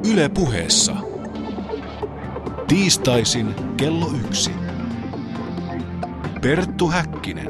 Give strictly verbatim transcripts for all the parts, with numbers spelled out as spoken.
Yle Puheessa. Tiistaisin kello yksi. Perttu Häkkinen.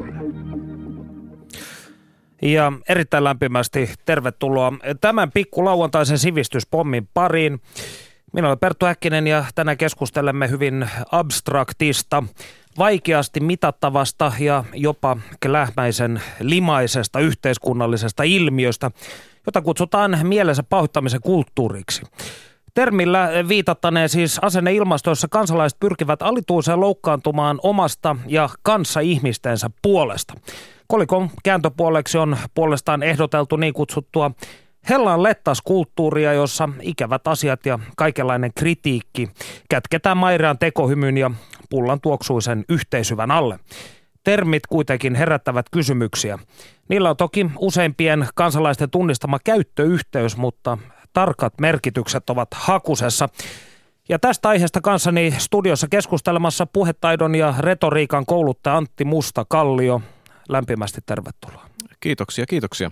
Ja erittäin lämpimästi tervetuloa tämän pikkulauantaisen sivistyspommin pariin. Minä olen Perttu Häkkinen ja tänään keskustelemme hyvin abstraktista, vaikeasti mitattavasta ja jopa klähmäisen limaisesta yhteiskunnallisesta ilmiöstä, jota kutsutaan mielensä pahoittamisen kulttuuriksi. Termillä viitattaneen siis asenneilmasto, jossa kansalaiset pyrkivät alituiseen loukkaantumaan omasta ja kanssaihmistensä puolesta. Kolikon kääntöpuoleksi on puolestaan ehdoteltu niin kutsuttua hellan lettaskulttuuria, jossa ikävät asiat ja kaikenlainen kritiikki kätketään mairean tekohymyn ja pullan tuoksuisen yhteishyvän alle. Termit kuitenkin herättävät kysymyksiä. Niillä on toki useimpien kansalaisten tunnistama käyttöyhteys, mutta tarkat merkitykset ovat hakusessa. Ja tästä aiheesta kanssani studiossa keskustelemassa puhetaidon ja retoriikan kouluttaja Antti Musta-Kallio. Lämpimästi tervetuloa. Kiitoksia, kiitoksia.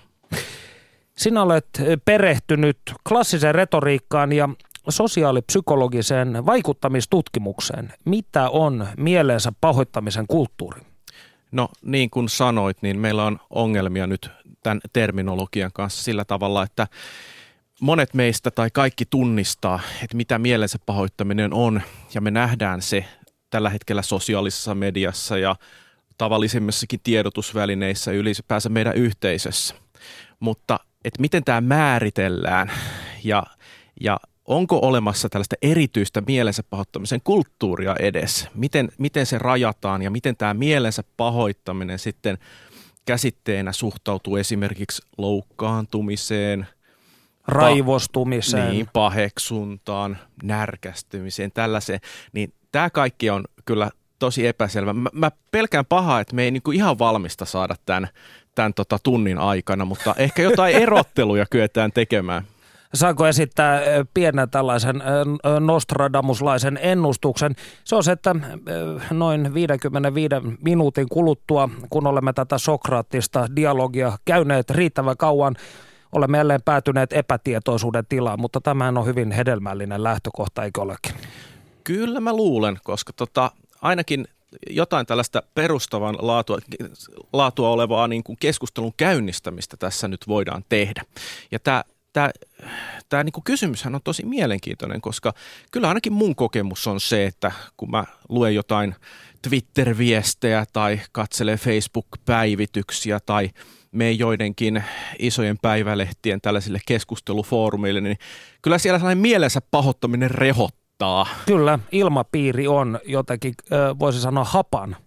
Sinä olet perehtynyt klassiseen retoriikkaan ja sosiaalipsykologiseen vaikuttamistutkimukseen. Mitä on mielensä pahoittamisen kulttuuri? No niin kuin sanoit, niin meillä on ongelmia nyt tämän terminologian kanssa sillä tavalla, että monet meistä tai kaikki tunnistaa, että mitä mielensä pahoittaminen on, ja me nähdään se tällä hetkellä sosiaalisessa mediassa ja tavallisimmissakin tiedotusvälineissä ylipäänsä meidän yhteisössä. Mutta että miten tämä määritellään ja, ja onko olemassa tällaista erityistä mielensä pahoittamisen kulttuuria edes? Miten, miten se rajataan ja miten tämä mielensä pahoittaminen sitten käsitteenä suhtautuu esimerkiksi loukkaantumiseen, raivostumiseen, niin, paheksuntaan, närkästymiseen, tällaiseen, niin tämä kaikki on kyllä tosi epäselvä. Mä, mä pelkään pahaa, että me ei niinku ihan valmista saada tämän, tämän tota tunnin aikana, mutta ehkä jotain erotteluja kyetään tekemään. Saanko esittää pienen tällaisen nostradamuslaisen ennustuksen? Se on se, että noin viisikymmentäviisi minuutin kuluttua, kun olemme tätä sokraattista dialogia käyneet riittävän kauan, olemme jälleen päätyneet epätietoisuuden tilaan, mutta tämä on hyvin hedelmällinen lähtökohta, eikö olekin? Kyllä mä luulen, koska tota, ainakin jotain tällaista perustavan laatua, laatua olevaa niin kuin keskustelun käynnistämistä tässä nyt voidaan tehdä. Ja tämä Tämä, tämä niin kuin kysymyshän on tosi mielenkiintoinen, koska kyllä ainakin mun kokemus on se, että kun mä luen jotain Twitter-viestejä tai katselen Facebook-päivityksiä tai menen joidenkin isojen päivälehtien tällaisille keskustelufoorumille, niin kyllä siellä sellainen mielensä pahoittaminen rehottaa. Kyllä, ilmapiiri on jotenkin, voisi sanoa, hapan.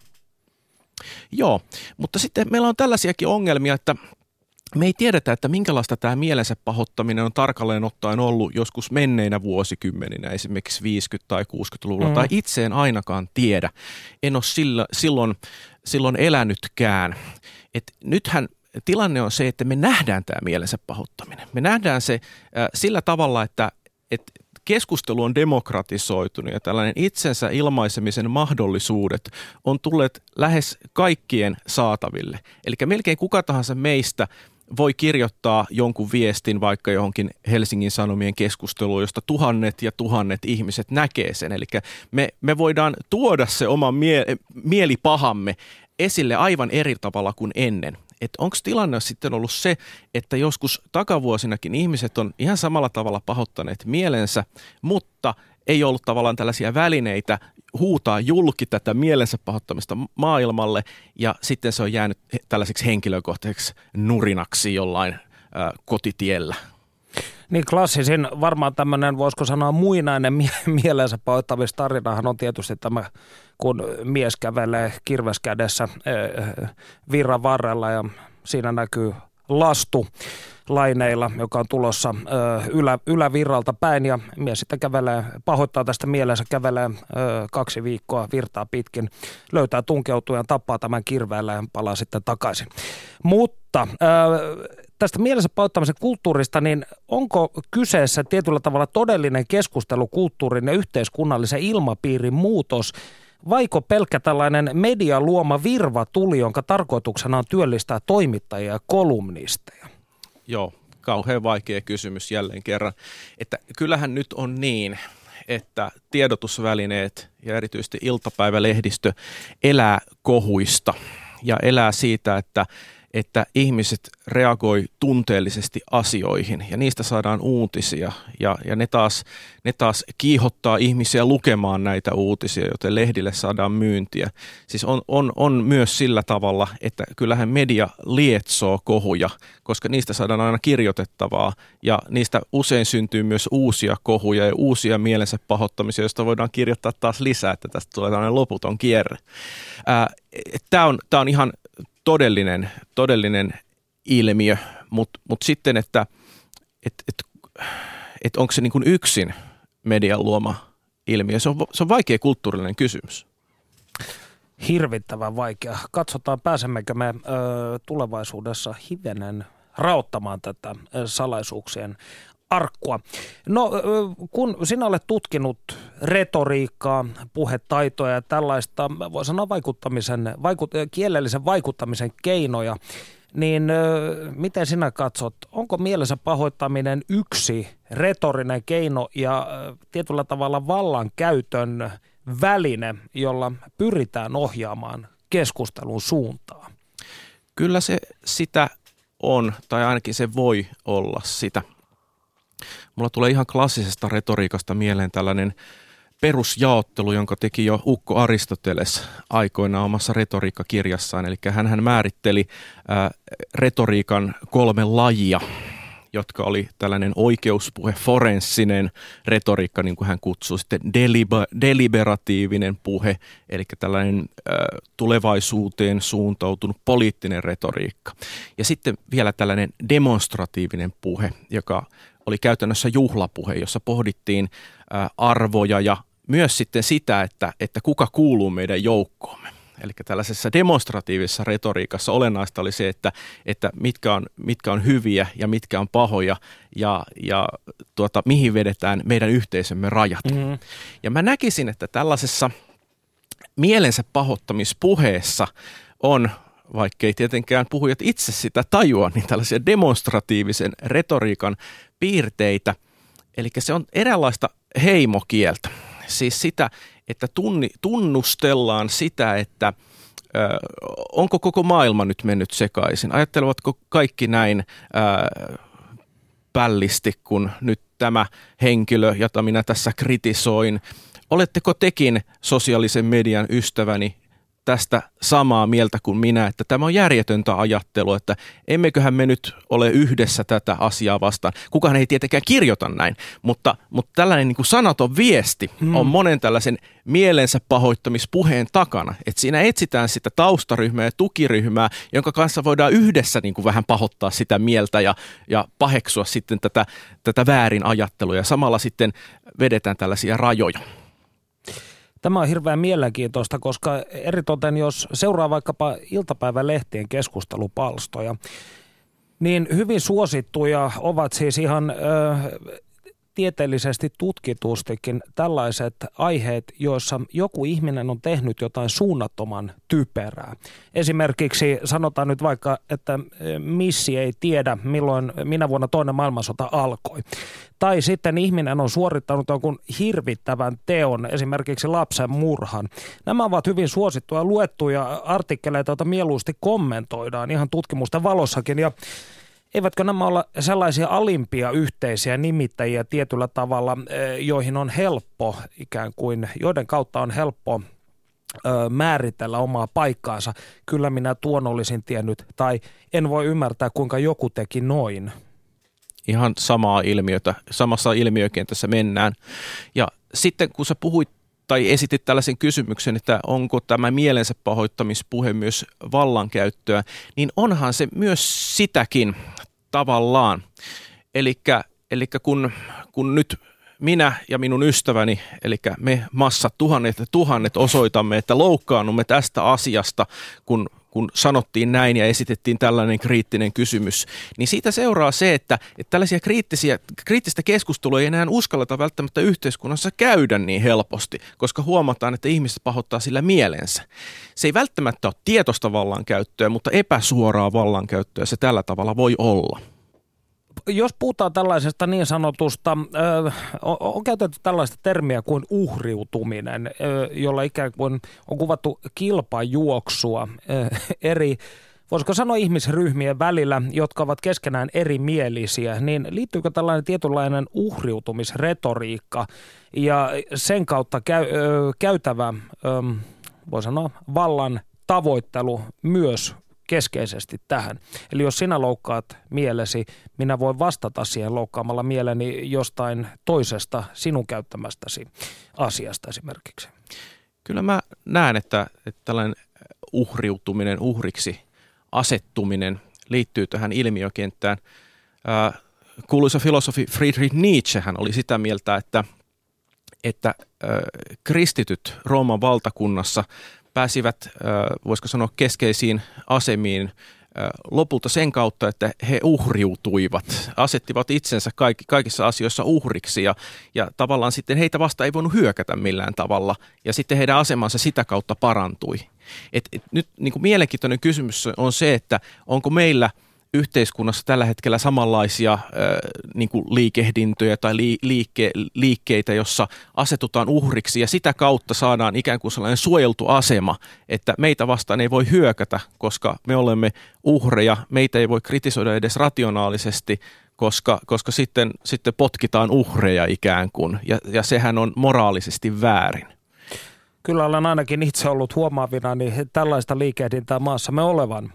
Joo, mutta sitten meillä on tällaisiakin ongelmia, että me ei tiedetä, että minkälaista tämä mielensä pahoittaminen on tarkalleen ottaen ollut joskus menneinä vuosikymmeninä, esimerkiksi viisikymmentä- tai kuusikymmentäluvulla, mm. tai itse en ainakaan tiedä. En ole sillä, silloin, silloin elänytkään. Et nythän tilanne on se, että me nähdään tämä mielensä pahoittaminen. Me nähdään se äh, sillä tavalla, että et keskustelu on demokratisoitunut ja tällainen itsensä ilmaisemisen mahdollisuudet on tulleet lähes kaikkien saataville. Eli melkein kuka tahansa meistä voi kirjoittaa jonkun viestin vaikka johonkin Helsingin Sanomien keskusteluun, josta tuhannet ja tuhannet ihmiset näkee sen. Eli me, me voidaan tuoda se oma mie- mielipahamme esille aivan eri tavalla kuin ennen. Että onko tilanne sitten ollut se, että joskus takavuosinakin ihmiset on ihan samalla tavalla pahoittaneet mielensä, mutta ei ollut tavallaan tällaisia välineitä huutaa julki tätä mielensä pahoittamista maailmalle, ja sitten se on jäänyt tällaiseksi henkilökohtaiseksi nurinaksi jollain ää, kotitiellä. Niin klassisin varmaan tämmöinen, voisiko sanoa, muinainen mie- mielensä pahoittamistarinahan on tietysti tämä, kun mies kävelee kirves kädessä äh, virran varrella ja siinä näkyy lastu laineilla, joka on tulossa ö, ylä, ylävirralta päin, ja mies sitten kävelee, pahoittaa tästä mielensä, kävelee ö, kaksi viikkoa virtaa pitkin, löytää tunkeutujan, tappaa tämän kirveellä ja palaa sitten takaisin. Mutta ö, tästä mielensä pahoittamisen kulttuurista, niin onko kyseessä tietyllä tavalla todellinen keskustelukulttuurin ja yhteiskunnallisen ilmapiirin muutos, vaiko pelkkä tällainen median luoma virvatuli, jonka tarkoituksena on työllistää toimittajia ja kolumnisteja? Joo, kauhean vaikea kysymys jälleen kerran, että kyllähän nyt on niin, että tiedotusvälineet ja erityisesti iltapäivälehdistö elää kohuista ja elää siitä, että että ihmiset reagoi tunteellisesti asioihin ja niistä saadaan uutisia ja, ja ne, taas, ne taas kiihottaa ihmisiä lukemaan näitä uutisia, joten lehdille saadaan myyntiä. Siis on, on, on myös sillä tavalla, että kyllähän media lietsoo kohuja, koska niistä saadaan aina kirjoitettavaa ja niistä usein syntyy myös uusia kohuja ja uusia mielensä pahoittamisia, joista voidaan kirjoittaa taas lisää, että tästä tulee tällainen loputon kierre. Tämä on, tää on ihan todellinen, todellinen ilmiö, mutta mut sitten, että et, et, et onko se niin kuin yksin median luoma ilmiö, se on, se on vaikea kulttuurillinen kysymys. Hirvittävän vaikea. Katsotaan, pääsemmekö me ö, tulevaisuudessa hivenen rauttamaan tätä ö, salaisuuksien arkkua. No, kun sinä olet tutkinut retoriikkaa, puhetaitoja ja tällaista, voi sanoa vaikuttamisen, vaikut, kielellisen vaikuttamisen keinoja, niin miten sinä katsot, onko mielensä pahoittaminen yksi retorinen keino ja tietyllä tavalla vallankäytön väline, jolla pyritään ohjaamaan keskustelun suuntaa? Kyllä se sitä on, tai ainakin se voi olla sitä. Mulla tulee ihan klassisesta retoriikasta mieleen tällainen perusjaottelu, jonka teki jo Ukko Aristoteles aikoinaan omassa retoriikkakirjassaan. Eli hän määritteli ää, retoriikan kolme lajia, jotka oli tällainen oikeuspuhe, forenssinen retoriikka, niin kuin hän kutsuu, sitten deliber- deliberatiivinen puhe, eli tällainen ä, tulevaisuuteen suuntautunut poliittinen retoriikka. Ja sitten vielä tällainen demonstratiivinen puhe, joka oli käytännössä juhlapuhe, jossa pohdittiin ä, arvoja ja myös sitten sitä, että, että kuka kuuluu meidän joukkoomme. Eli tällaisessa demonstratiivisessa retoriikassa olennaista oli se, että, että mitkä, on, mitkä on hyviä ja mitkä on pahoja ja, ja tuota, mihin vedetään meidän yhteisömme rajat. Mm-hmm. Ja mä näkisin, että tällaisessa mielensä pahoittamispuheessa on, vaikkei tietenkään puhujat itse sitä tajua, niin tällaisia demonstratiivisen retoriikan piirteitä. Eli se on eräänlaista heimokieltä. Siis sitä, että tunni, tunnustellaan sitä, että ö, onko koko maailma nyt mennyt sekaisin. Ajattelevatko kaikki näin ö, pällisti, kun nyt tämä henkilö, jota minä tässä kritisoin. Oletteko tekin sosiaalisen median ystäväni tästä samaa mieltä kuin minä, että tämä on järjetöntä ajattelua, että emmeköhän me nyt ole yhdessä tätä asiaa vastaan. Kukaan ei tietenkään kirjoita näin, mutta, mutta tällainen niin kuin sanaton viesti hmm. on monen tällaisen mielensä pahoittamispuheen takana, että siinä etsitään sitä taustaryhmää ja tukiryhmää, jonka kanssa voidaan yhdessä niin kuin vähän pahoittaa sitä mieltä ja, ja paheksua sitten tätä, tätä väärin ajattelua ja samalla sitten vedetään tällaisia rajoja. Tämä on hirveän mielenkiintoista, koska eritoten jos seuraa vaikkapa iltapäivälehtien keskustelupalstoja, niin hyvin suosittuja ovat siis ihan ö, tieteellisesti tutkitustikin tällaiset aiheet, joissa joku ihminen on tehnyt jotain suunnattoman typerää. Esimerkiksi sanotaan nyt vaikka, että missi ei tiedä, milloin, minä vuonna toinen maailmansota alkoi. Tai sitten ihminen on suorittanut jonkun hirvittävän teon, esimerkiksi lapsen murhan. Nämä ovat hyvin suosittuja luettuja artikkeleita, joita mieluusti kommentoidaan ihan tutkimusten valossakin. Ja eivätkö nämä olla sellaisia alimpia yhteisiä nimittäjiä tietyllä tavalla, joihin on helppo ikään kuin, joiden kautta on helppo ö, määritellä omaa paikkaansa. Kyllä minä tuon olisin tiennyt, tai en voi ymmärtää, kuinka joku teki noin. Ihan samaa ilmiötä, samassa ilmiökentässä mennään. Ja sitten kun sä puhuit tai esitit tällaisen kysymyksen, että onko tämä mielensä pahoittamispuhe myös vallankäyttöä, niin onhan se myös sitäkin tavallaan. Elikkä, elikkä kun, kun nyt minä ja minun ystäväni, eli me massat tuhannet ja tuhannet osoitamme, että loukkaannumme tästä asiasta, kun kun sanottiin näin ja esitettiin tällainen kriittinen kysymys, niin siitä seuraa se, että, että tällaisia kriittisiä, kriittistä keskustelua ei enää uskalleta välttämättä yhteiskunnassa käydä niin helposti, koska huomataan, että ihmiset pahoittaa sillä mielensä. Se ei välttämättä ole tietoista vallankäyttöä, mutta epäsuoraa vallankäyttöä se tällä tavalla voi olla. jos puhutaan tällaisesta niin sanotusta, ö, on, on käytetty tällaista termiä kuin uhriutuminen, ö, jolla ikään kuin on kuvattu kilpajuoksua ö, eri, voisiko sanoa ihmisryhmien välillä, jotka ovat keskenään erimielisiä, niin liittyykö tällainen tietynlainen uhriutumisretoriikka ja sen kautta käy, ö, käytävä, ö, voi sanoa, vallan tavoittelu myös keskeisesti tähän. Eli jos sinä loukkaat mielesi, minä voin vastata siihen loukkaamalla mieleni jostain toisesta sinun käyttämästäsi asiasta esimerkiksi. Kyllä mä näen, että, että tällainen uhriutuminen, uhriksi asettuminen liittyy tähän ilmiökenttään. Ää, kuuluisa filosofi Friedrich Nietzschehän oli sitä mieltä, että, että ää, kristityt Rooman valtakunnassa pääsivät, voisiko sanoa, keskeisiin asemiin lopulta sen kautta, että he uhriutuivat, asettivat itsensä kaikki, kaikissa asioissa uhriksi ja, ja tavallaan sitten heitä vasta ei voinut hyökätä millään tavalla ja sitten heidän asemansa sitä kautta parantui. Et, et nyt niin kuin mielenkiintoinen kysymys on se, että onko meillä yhteiskunnassa tällä hetkellä samanlaisia äh, niin kuin liikehdintöjä tai li, liikke, liikkeitä, jossa asetutaan uhriksi ja sitä kautta saadaan ikään kuin sellainen suojeltu asema, että meitä vastaan ei voi hyökätä, koska me olemme uhreja, meitä ei voi kritisoida edes rationaalisesti, koska, koska sitten, sitten potkitaan uhreja ikään kuin ja, ja sehän on moraalisesti väärin. Kyllä olen ainakin itse ollut huomaavina niin tällaista liikehdintää maassamme olevan.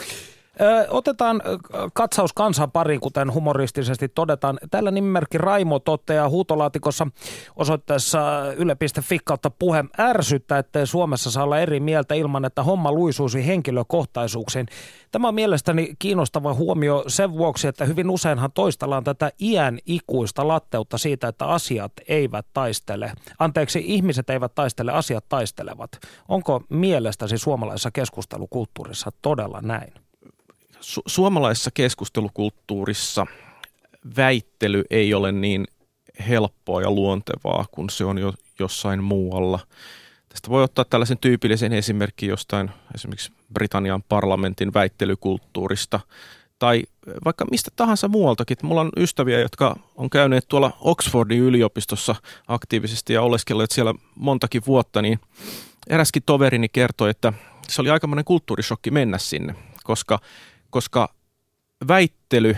Otetaan katsaus kansan pariin, kuten humoristisesti todetaan. Tällä nimimerkki Raimo toteaa huutolaatikossa osoitteessa yle piste fi kautta puhe ärsyttää, ettei Suomessa saa olla eri mieltä ilman, että homma luisuisi henkilökohtaisuuksiin. Tämä on mielestäni kiinnostava huomio sen vuoksi, että hyvin useinhan toistellaan tätä iän ikuista latteutta siitä, että asiat eivät taistele. Anteeksi, ihmiset eivät taistele, asiat taistelevat. Onko mielestäsi suomalaisessa keskustelukulttuurissa todella näin? Su- suomalaisessa keskustelukulttuurissa väittely ei ole niin helppoa ja luontevaa kuin se on jo jossain muualla. Tästä voi ottaa tällaisen tyypillisen esimerkin jostain esimerkiksi Britannian parlamentin väittelykulttuurista tai vaikka mistä tahansa muualtakin. Mulla on ystäviä, jotka on käyneet tuolla Oxfordin yliopistossa aktiivisesti ja oleskelleet siellä montakin vuotta, niin eräskin toverini kertoi, että se oli aikamoinen kulttuurishokki mennä sinne, koska koska väittely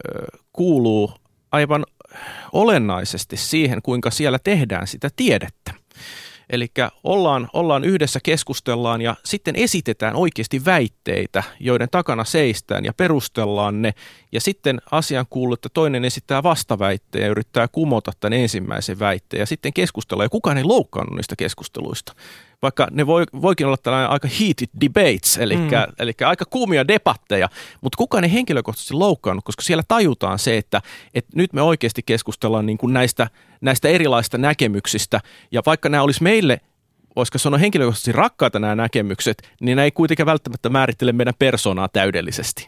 kuuluu aivan olennaisesti siihen, kuinka siellä tehdään sitä tiedettä. Eli ollaan, ollaan yhdessä, keskustellaan ja sitten esitetään oikeasti väitteitä, joiden takana seistään ja perustellaan ne. Ja sitten asian kuuluu, että toinen esittää vastaväitteen ja yrittää kumota tämän ensimmäisen väitteen ja sitten keskustellaan. Ja kukaan ei loukkaannut niistä keskusteluista. Vaikka ne voi, voikin olla tällainen aika heated debates, eli, mm. eli aika kuumia debatteja, mutta kukaan ei henkilökohtaisesti loukkaannut, koska siellä tajutaan se, että, että nyt me oikeasti keskustellaan niin kuin näistä, näistä erilaisista näkemyksistä, ja vaikka nämä olisi meille, voisiko sanoa henkilökohtaisesti rakkaita nämä näkemykset, niin nämä ei kuitenkaan välttämättä määrittele meidän persoonaa täydellisesti.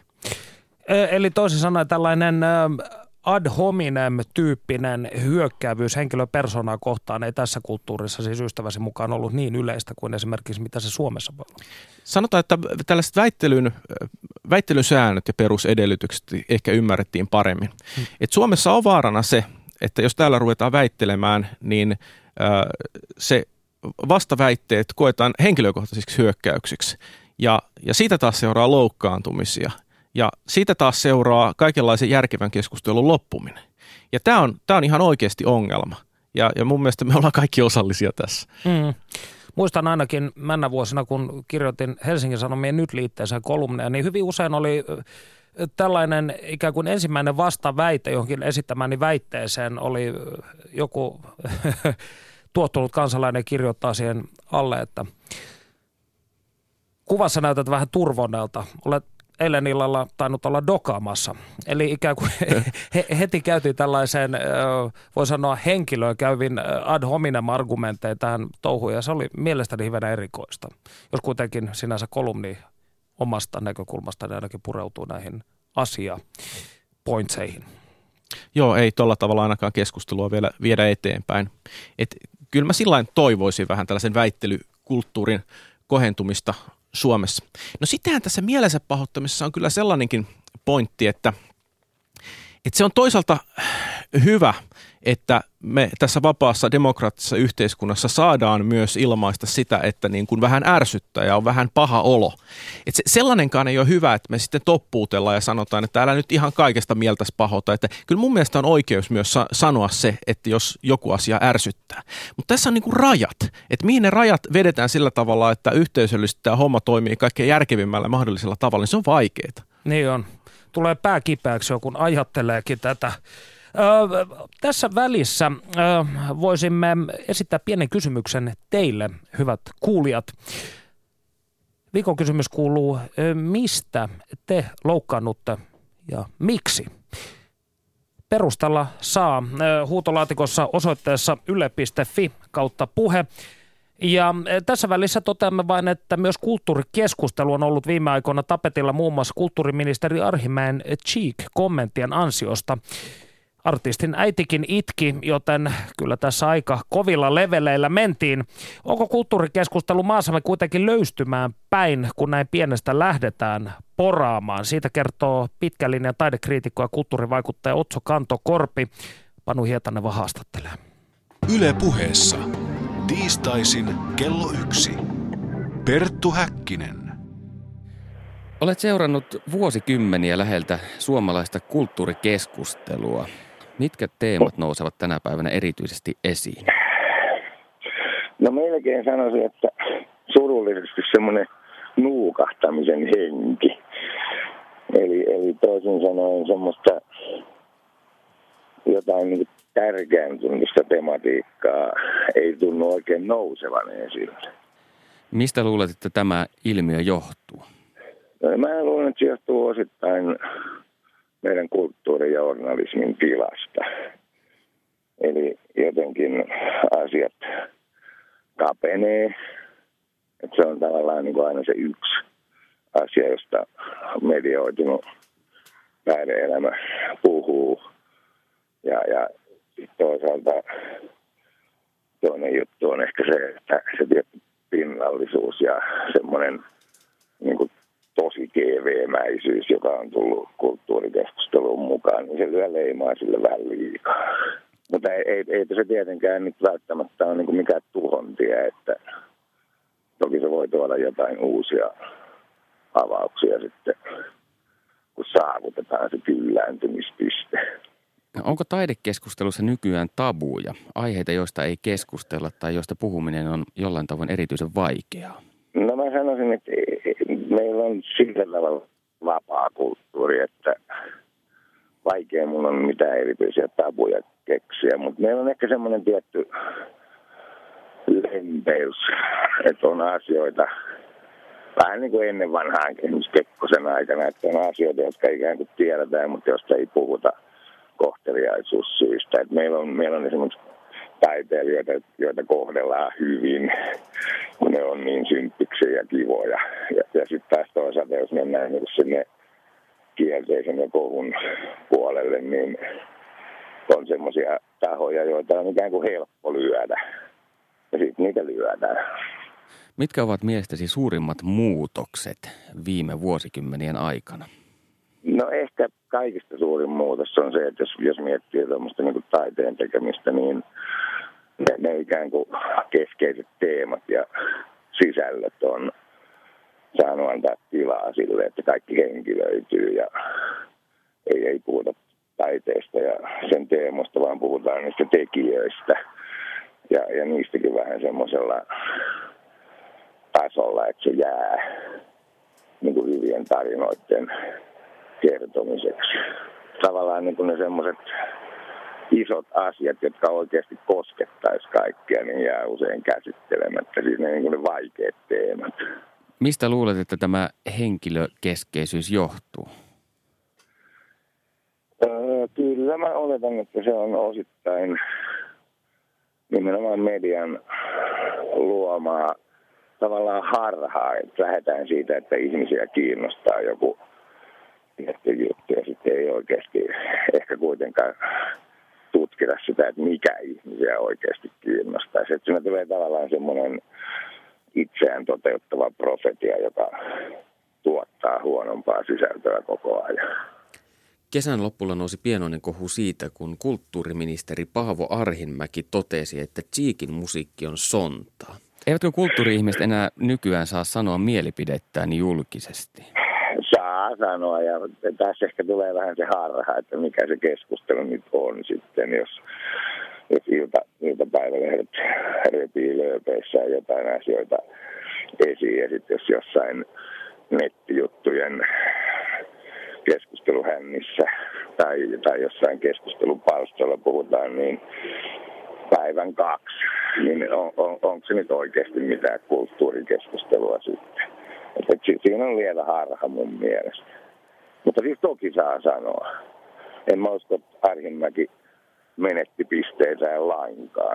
Eli toisin sanoen tällainen ad hominem-tyyppinen hyökkäävyys henkilöpersonaa kohtaan ei tässä kulttuurissa siis ystäväsi mukaan ollut niin yleistä kuin esimerkiksi mitä se Suomessa voi olla. Sanotaan, että tällaiset väittelyn, väittelyn säännöt ja perusedellytykset ehkä ymmärrettiin paremmin. Hmm. Et Suomessa on vaarana se, että jos täällä ruvetaan väittelemään, niin äh, se vastaväitteet koetaan henkilökohtaisiksi hyökkäyksiksi ja, ja siitä taas seuraa loukkaantumisia. Ja siitä taas seuraa kaikenlaisen järkevän keskustelun loppuminen. Ja tämä on, tämä on ihan oikeasti ongelma. Ja, ja mun mielestä me ollaan kaikki osallisia tässä. Mm. Muistan ainakin männä vuosina, kun kirjoitin Helsingin Sanomien nyt-liitteeseen kolumneja, niin hyvin usein oli tällainen ikään kuin ensimmäinen vastaväite johonkin esittämäni väitteeseen oli joku tuottunut kansalainen kirjoittaa siihen alle, että kuvassa näytät vähän turvonnelta, olet eilen illalla tainnut olla dokaamassa. Eli ikään kuin he, heti käytiin tällaiseen, voi sanoa henkilöön käyvin ad hominem argumentteja tähän touhuun, ja se oli mielestäni hivenen erikoista. Jos kuitenkin sinänsä kolumni omasta näkökulmasta niin ainakin pureutuu näihin asia-pointseihin. Joo, ei tuolla tavalla ainakaan keskustelua vielä viedä eteenpäin. Et kyllä mä sillain toivoisin vähän tällaisen väittelykulttuurin kohentumista Suomessa. No sittenhän tässä mielensä pahoittamisessa on kyllä sellainenkin pointti, että, Et se on toisaalta hyvä, että me tässä vapaassa demokraattisessa yhteiskunnassa saadaan myös ilmaista sitä, että niin kuin vähän ärsyttää ja on vähän paha olo. Et se, sellainenkaan ei ole hyvä, että me sitten toppuutellaan ja sanotaan, että älä nyt ihan kaikesta mieltäisi pahota. Että kyllä mun mielestä on oikeus myös sa- sanoa se, että jos joku asia ärsyttää. Mutta tässä on niin kuin rajat, että mihin ne rajat vedetään sillä tavalla, että yhteisöllisesti tämä homma toimii kaikkein järkevimmällä mahdollisella tavalla, niin se on vaikeaa. Niin on. Tulee pää kipeäksi jo, kun ajatteleekin tätä. Öö, tässä välissä öö, voisimme esittää pienen kysymyksen teille, hyvät kuulijat. Viikon kysymys kuuluu, öö, mistä te loukkaannutte ja miksi? Perustella saa öö, huutolaatikossa osoitteessa yle piste fi kautta puhe. Ja tässä välissä toteamme vain, että myös kulttuurikeskustelu on ollut viime aikoina tapetilla muun muassa kulttuuriministeri Arhimäen Cheek-kommenttien ansiosta. Artistin äitikin itki, joten kyllä tässä aika kovilla leveleillä mentiin. Onko kulttuurikeskustelu maassamme kuitenkin löystymään päin, kun näin pienestä lähdetään poraamaan? Siitä kertoo pitkän linjan taidekriitikko ja kulttuurivaikuttaja Otso Kantokorpi. Panu Hietaneva haastattelee. Yle Puheessa. Tiistaisin kello yksi. Perttu Häkkinen. Olet seurannut vuosikymmeniä läheltä suomalaista kulttuurikeskustelua. Mitkä teemat nousevat tänä päivänä erityisesti esiin? No melkein sanoisin, että surullisesti semmoinen nuukahtamisen henki. Eli, eli toisin sanoen semmoista jotain niin tärkeäntynystä tematiikkaa ei tunnu oikein nousevan esille. Mistä luulet, että tämä ilmiö johtuu? No, mä luulen, että se johtuu osittain meidän kulttuurin ja journalismin tilasta. Eli jotenkin asiat kapenee. Että se on tavallaan niin kuin aina se yksi asia, josta medioitunut päihde-elämä puhuu. Ja, ja toisaalta toinen juttu on ehkä se, että se tietty pinnallisuus ja semmoinen niin kuin tosi T V-mäisyys, joka on tullut kulttuurikeskusteluun mukaan, niin se lyö leimaa sille vähän liikaa. Mutta ei, ei, ei se tietenkään nyt välttämättä ole niin kuin mikään tuhontie, että toki se voi tuoda jotain uusia avauksia sitten, kun saavutetaan se kyllääntymispiste. Onko taidekeskustelussa nykyään tabuja, aiheita, joista ei keskustella tai joista puhuminen on jollain tavoin erityisen vaikeaa? No mä sanoisin, että meillä on sillä tavalla vapaa kulttuuri, että vaikea mun on mitään erityisiä tabuja keksiä, mutta meillä on ehkä semmoinen tietty lempeys, että on asioita vähän niin kuin ennen vanhaankin, esimerkiksi Kekkosen aikana, että on asioita, jotka ikään kuin tiedetään, mutta josta ei puhuta kohteliaisuussyistä. Että meillä on, meillä on esimerkiksi taiteilijoita, joita kohdellaan hyvin, kun ne on niin symppiksiä ja kivoja. Ja, ja sitten taas toisaalta, jos mennään niin sinne kielteisen ja kohun puolelle, niin on semmoisia tahoja, joita on ikään kuin helppo lyödä. Ja sitten niitä lyödään. Mitkä ovat mielestäsi suurimmat muutokset viime vuosikymmenien aikana? No ehkä kaikista suurin muutos on se, että jos, jos miettii tuommoista niin kuin taiteen tekemistä, niin ne, ne ikään kuin keskeiset teemat ja sisällöt on saanut antaa tilaa sille, että kaikki henkilöityy ja ei, ei puhuta taiteesta ja sen teemosta, vaan puhutaan niistä tekijöistä ja, ja niistäkin vähän semmoisella tasolla, että se jää niin kuin hyvien tarinoiden kertomiseksi. Tavallaan niin kuin ne semmoiset isot asiat, jotka oikeasti koskettaisi kaikkia, niin jää usein käsittelemättä. Siis ne, niin kuin ne vaikeat teemat. Mistä luulet, että tämä henkilökeskeisyys johtuu? Öö, kyllä mä oletan, että se on osittain nimenomaan median luomaa tavallaan harhaa, että lähdetään siitä, että ihmisiä kiinnostaa joku tietty juttu ja sitten ei oikeasti ehkä kuitenkaan tutkita sitä, että mikä ihmisiä oikeasti kiinnostaisi. Että siinä tulee tavallaan semmoinen itseään toteuttava profetia, joka tuottaa huonompaa sisältöä koko ajan. kesän lopulla nousi pienoinen kohu siitä, kun kulttuuriministeri Paavo Arhinmäki totesi, että Cheekin musiikki on sontaa. Eivätkö kulttuuri-ihmiset enää nykyään saa sanoa mielipidettään julkisesti? Saa sanoa, ja tässä ehkä tulee vähän se harha, että mikä se keskustelu nyt on sitten, jos, jos ilta, iltapäivälehdet repii lööpeissään jotain asioita esiin, ja sitten jos jossain nettijuttujen keskusteluhännissä tai, tai jossain keskustelupalstoilla puhutaan, niin päivän kaksi, niin on, on, onko se nyt oikeasti mitään kulttuurikeskustelua sitten? Että siinä on lievä harha mun mielestä. Mutta siis toki saa sanoa. En mä usko, että Arhinmäki menetti pisteitään lainkaan.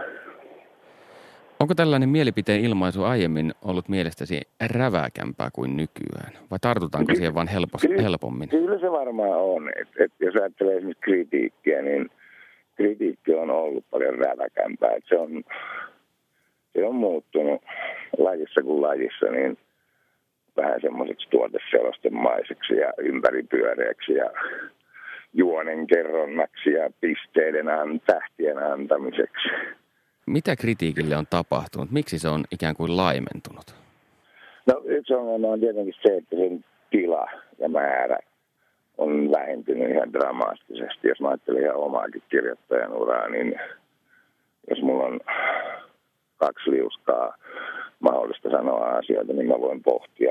Onko tällainen mielipiteen ilmaisu aiemmin ollut mielestäsi räväkämpää kuin nykyään? Vai tartutaanko siihen vaan helpos, kyllä, helpommin? Kyllä se varmaan on. Et, et jos ajattelee esimerkiksi kritiikkiä, niin kritiikki on ollut paljon räväkämpää. Et se, on, se on muuttunut lajissa kuin lajissa niin vähän semmoiseksi tuoteselostemaiseksi ja ympäripyöreäksi ja juonen kerronnaksi ja pisteiden an, tähtien antamiseksi. Mitä kritiikille on tapahtunut? Miksi se on ikään kuin laimentunut? No yksi ongelma on tietenkin se, että sen tila ja määrä on vähentynyt ihan dramaattisesti. Jos mä ajattelen ihan omaakin kirjoittajan uraa, niin jos mulla on kaksi liuskaa mahdollista sanoa asioita, niin mä voin pohtia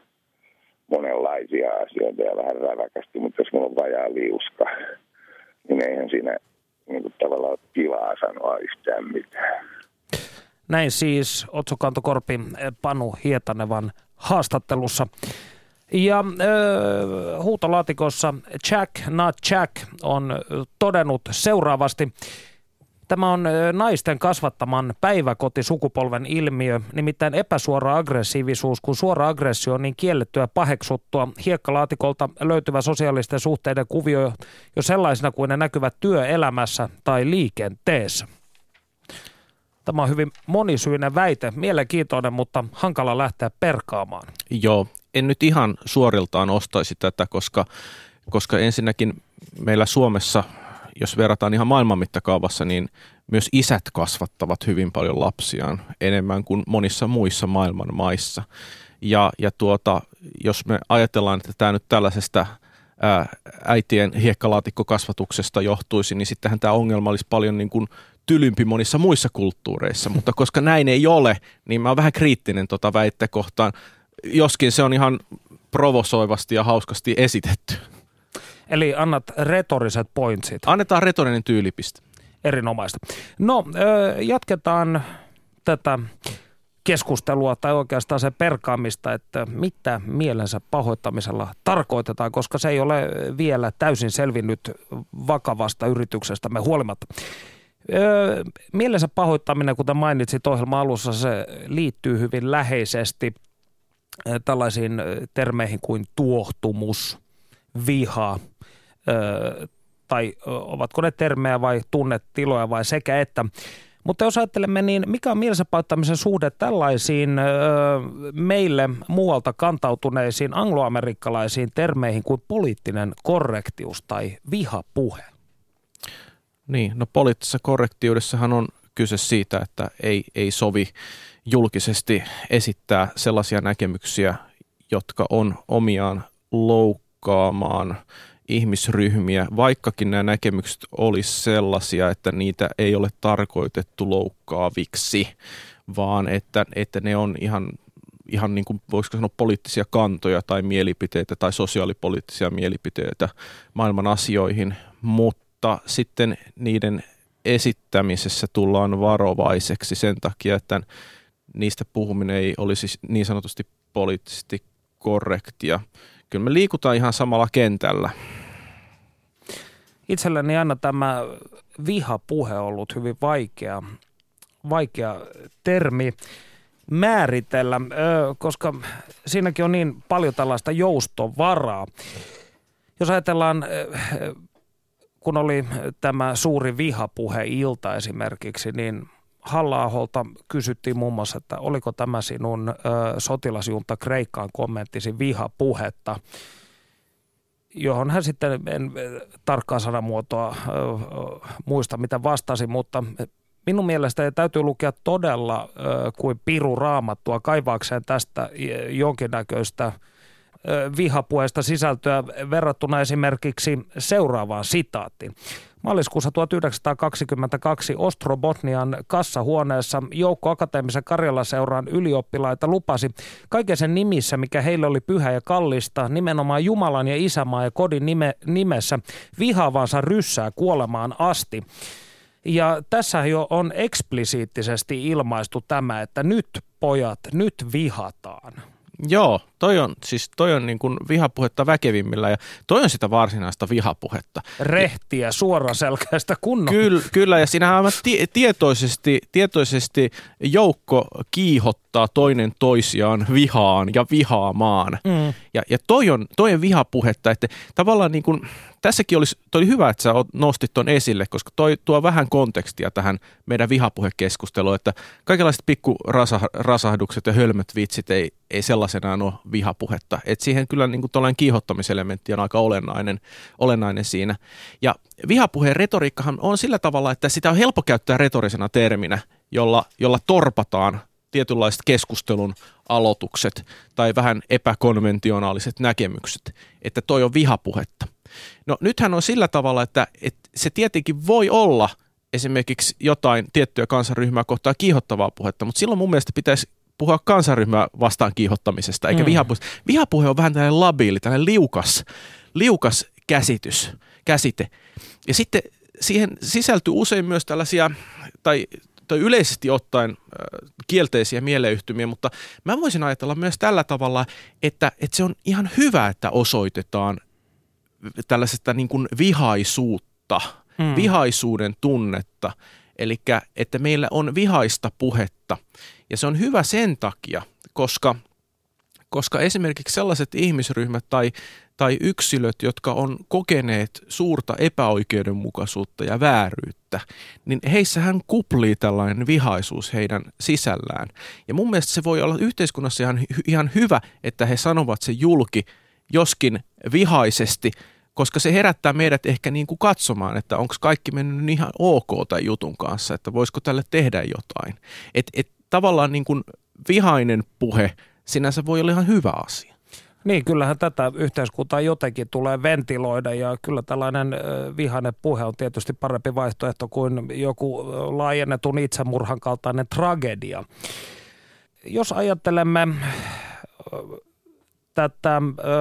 monenlaisia asioita ja vähän räväkästi, mutta jos mulla on vajaa liuska, niin eihän siinä niin kuin tavallaan ole tilaa sanoa yhtään mitään. Näin siis Otso Kantokorpi Panu Hietanevan haastattelussa. Ja äh, huutolaatikossa Jack Not Jack on todennut seuraavasti. Tämä on naisten kasvattaman päiväkotisukupolven ilmiö, nimittäin epäsuora aggressiivisuus, kun suora aggressio on niin kiellettyä paheksuttua. Hiekkalaatikolta löytyvä sosiaalisten suhteiden kuvio jo sellaisena kuin ne näkyvät työelämässä tai liikenteessä. Tämä on hyvin monisyinen väite, mielenkiintoinen, mutta hankala lähteä perkaamaan. Joo, en nyt ihan suoriltaan ostaisi tätä, koska, koska ensinnäkin meillä Suomessa, jos verrataan ihan maailman mittakaavassa, niin myös isät kasvattavat hyvin paljon lapsiaan enemmän kuin monissa muissa maailman maissa. Ja, ja tuota, jos me ajatellaan, että tämä nyt tällaisesta ää, äitien hiekkalaatikkokasvatuksesta johtuisi, niin sittenhän tämä ongelma olisi paljon niin kuin tylympi monissa muissa kulttuureissa. Mutta koska näin ei ole, niin mä oon vähän kriittinen tota väitteen kohtaan, joskin se on ihan provosoivasti ja hauskasti esitetty. Eli annat retoriset pointsit. Annetaan retorinen tyylipiste. Erinomaista. No, jatketaan tätä keskustelua tai oikeastaan se perkaamista, että mitä mielensä pahoittamisella tarkoitetaan, koska se ei ole vielä täysin selvinnyt vakavasta yrityksestämme huolimatta. Mielensä pahoittaminen, kuten mainitsit ohjelman alussa, se liittyy hyvin läheisesti tällaisiin termeihin kuin tuohtumus, viha, ö, tai ovatko ne termejä vai tunnetiloja vai sekä että. Mutta jos ajattelemme, niin mikä on mielensä pahoittamisen suhde tällaisiin ö, meille muualta kantautuneisiin angloamerikkalaisiin termeihin kuin poliittinen korrektius tai vihapuhe? Niin, no poliittisessa korrektiudessahan on kyse siitä, että ei, ei sovi julkisesti esittää sellaisia näkemyksiä, jotka on omiaan loukkaamaan ihmisryhmiä, vaikkakin nämä näkemykset olisi sellaisia, että niitä ei ole tarkoitettu loukkaaviksi, vaan että, että ne on ihan, ihan niin kuin voisiko sanoa poliittisia kantoja tai mielipiteitä tai sosiaalipoliittisia mielipiteitä maailman asioihin, mutta sitten niiden esittämisessä tullaan varovaiseksi sen takia, että niistä puhuminen ei olisi niin sanotusti poliittisesti korrektia. Kyllä me liikutaan ihan samalla kentällä. Itselleni aina tämä vihapuhe on ollut hyvin vaikea, vaikea termi määritellä, koska siinäkin on niin paljon tällaista joustovaraa. Jos ajatellaan, kun oli tämä suuri vihapuhe-ilta esimerkiksi, niin Halla-aholta kysyttiin muun muassa, että oliko tämä sinun ö, sotilasjunta Kreikkaan kommenttisi vihapuhetta. johon hän sitten, en tarkkaa sanamuotoa muista, mitä vastasi, mutta minun mielestä täytyy lukea todella kuin piru raamattua kaivaakseen tästä jonkinnäköistä vihapuheesta sisältöä verrattuna esimerkiksi seuraavaan sitaattiin. Maaliskuussa tuhatyhdeksänsataakaksikymmentäkaksi Ostrobotnian kassahuoneessa joukko Akateemisen Karjala-seuraan ylioppilaita lupasi kaiken sen nimissä, mikä heille oli pyhä ja kallista, nimenomaan Jumalan ja Isämaan ja kodin nime, nimessä vihaavansa ryssää kuolemaan asti. Ja tässä jo on eksplisiittisesti ilmaistu tämä, että nyt pojat, nyt vihataan. Joo, toi on, siis toi on niin kuin vihapuhetta väkevimmillä ja toi on sitä varsinaista vihapuhetta. Rehtiä, suoraselkäistä kunnon. Kyllä, kyllä ja siinähän aivan ti- tietoisesti, tietoisesti joukko kiihottaa toinen toisiaan vihaan ja vihaamaan. Mm. Ja, ja toi, on, toi on vihapuhetta, että tavallaan niin kuin, tässäkin olisi, toi oli hyvä, että sä nostit ton esille, koska toi tuo vähän kontekstia tähän meidän vihapuhekeskusteluun, että kaikenlaiset pikkurasahdukset ja hölmöt vitsit ei, ei sellaisenaan ole vihapuhetta. Että siihen kyllä niin kuin tuollainen kiihottamiselementti on aika olennainen, olennainen siinä. Ja vihapuheen retoriikkahan on sillä tavalla, että sitä on helppo käyttää retorisena terminä, jolla, jolla torpataan tietynlaiset keskustelun aloitukset tai vähän epäkonventionaaliset näkemykset, että toi on vihapuhetta. No nythän on sillä tavalla, että, että se tietenkin voi olla esimerkiksi jotain tiettyä kansanryhmää kohtaan kiihottavaa puhetta, mutta silloin mun mielestä pitäisi puhua kansanryhmää vastaan kiihottamisesta, eikä mm. vihapuhe. Vihapuhe on vähän tällainen labiili, tällainen liukas, liukas käsitys, käsite. Ja sitten siihen sisältyy usein myös tällaisia, tai, tai yleisesti ottaen äh, kielteisiä mieleyhtymiä, mutta mä voisin ajatella myös tällä tavalla, että, että se on ihan hyvä, että osoitetaan tällaisesta niin kuin vihaisuutta, mm. vihaisuuden tunnetta, eli että meillä on vihaista puhetta. Ja se on hyvä sen takia, koska, koska esimerkiksi sellaiset ihmisryhmät tai, tai yksilöt, jotka on kokeneet suurta epäoikeudenmukaisuutta ja vääryyttä, niin heissähän kuplii tällainen vihaisuus heidän sisällään. Ja mun mielestä se voi olla yhteiskunnassa ihan, ihan hyvä, että he sanovat se julki, joskin vihaisesti, koska se herättää meidät ehkä niin kuin katsomaan, että onko kaikki mennyt ihan ok tämän jutun kanssa, että voisiko tälle tehdä jotain. Että et, tavallaan niin kuin vihainen puhe sinänsä voi olla ihan hyvä asia. Niin, kyllähän tätä yhteiskuntaa jotenkin tulee ventiloida ja kyllä tällainen vihainen puhe on tietysti parempi vaihtoehto kuin joku laajennetun itsemurhan kaltainen tragedia. Jos ajattelemme tätä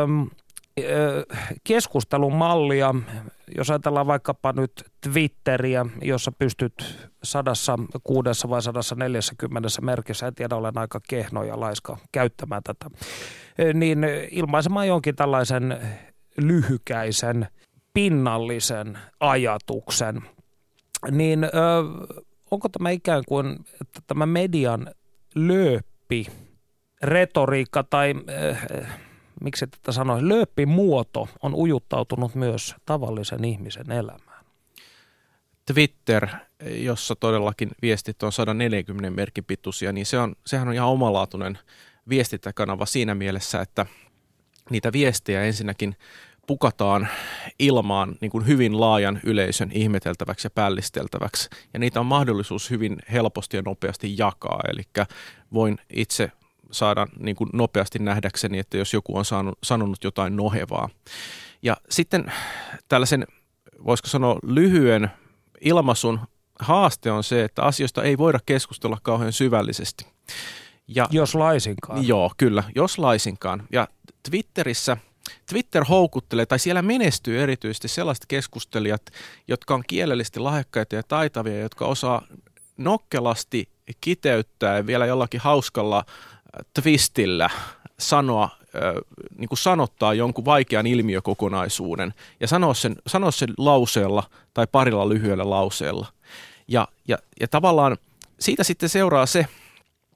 keskustelun mallia, jos ajatellaan vaikkapa nyt Twitteriä, jossa pystyt sadassa kuudessa vai sadassa neljässäkymmenessä merkissä, en tiedä, olen aika kehno ja laiska käyttämään tätä, niin ilmaisemaan jonkin tällaisen lyhykäisen, pinnallisen ajatuksen, niin ö, onko tämä ikään kuin että tämä median lööppi, retoriikka tai ö, miksi tätä sanoisi, lööppimuoto on ujuttautunut myös tavallisen ihmisen elämään? Twitter, jossa todellakin viestit on sata neljäkymmentä merkin pituisia, niin se on, sehän on ihan omalaatuinen viestintäkanava siinä mielessä, että niitä viestejä ensinnäkin pukataan ilmaan niin kuin hyvin laajan yleisön ihmeteltäväksi ja pällisteltäväksi, ja niitä on mahdollisuus hyvin helposti ja nopeasti jakaa, eli voin itse saada niin kuin nopeasti nähdäkseni, että jos joku on saanut, sanonut jotain nohevaa. Ja sitten tällaisen, voisiko sanoa, lyhyen ilmaisun haaste on se, että asioista ei voida keskustella kauhean syvällisesti. Ja, jos laisinkaan. Joo, kyllä, jos laisinkaan. Ja Twitterissä, Twitter houkuttelee, tai siellä menestyy erityisesti sellaiset keskustelijat, jotka on kielellisesti lahjakkaita ja taitavia, jotka osaa nokkelasti kiteyttää ja vielä jollakin hauskalla twistillä sanoa, äh, niin kuin sanottaa jonkun vaikean ilmiökokonaisuuden ja sanoa sen, sanoa sen lauseella tai parilla lyhyellä lauseella. Ja, ja, ja tavallaan siitä sitten seuraa se,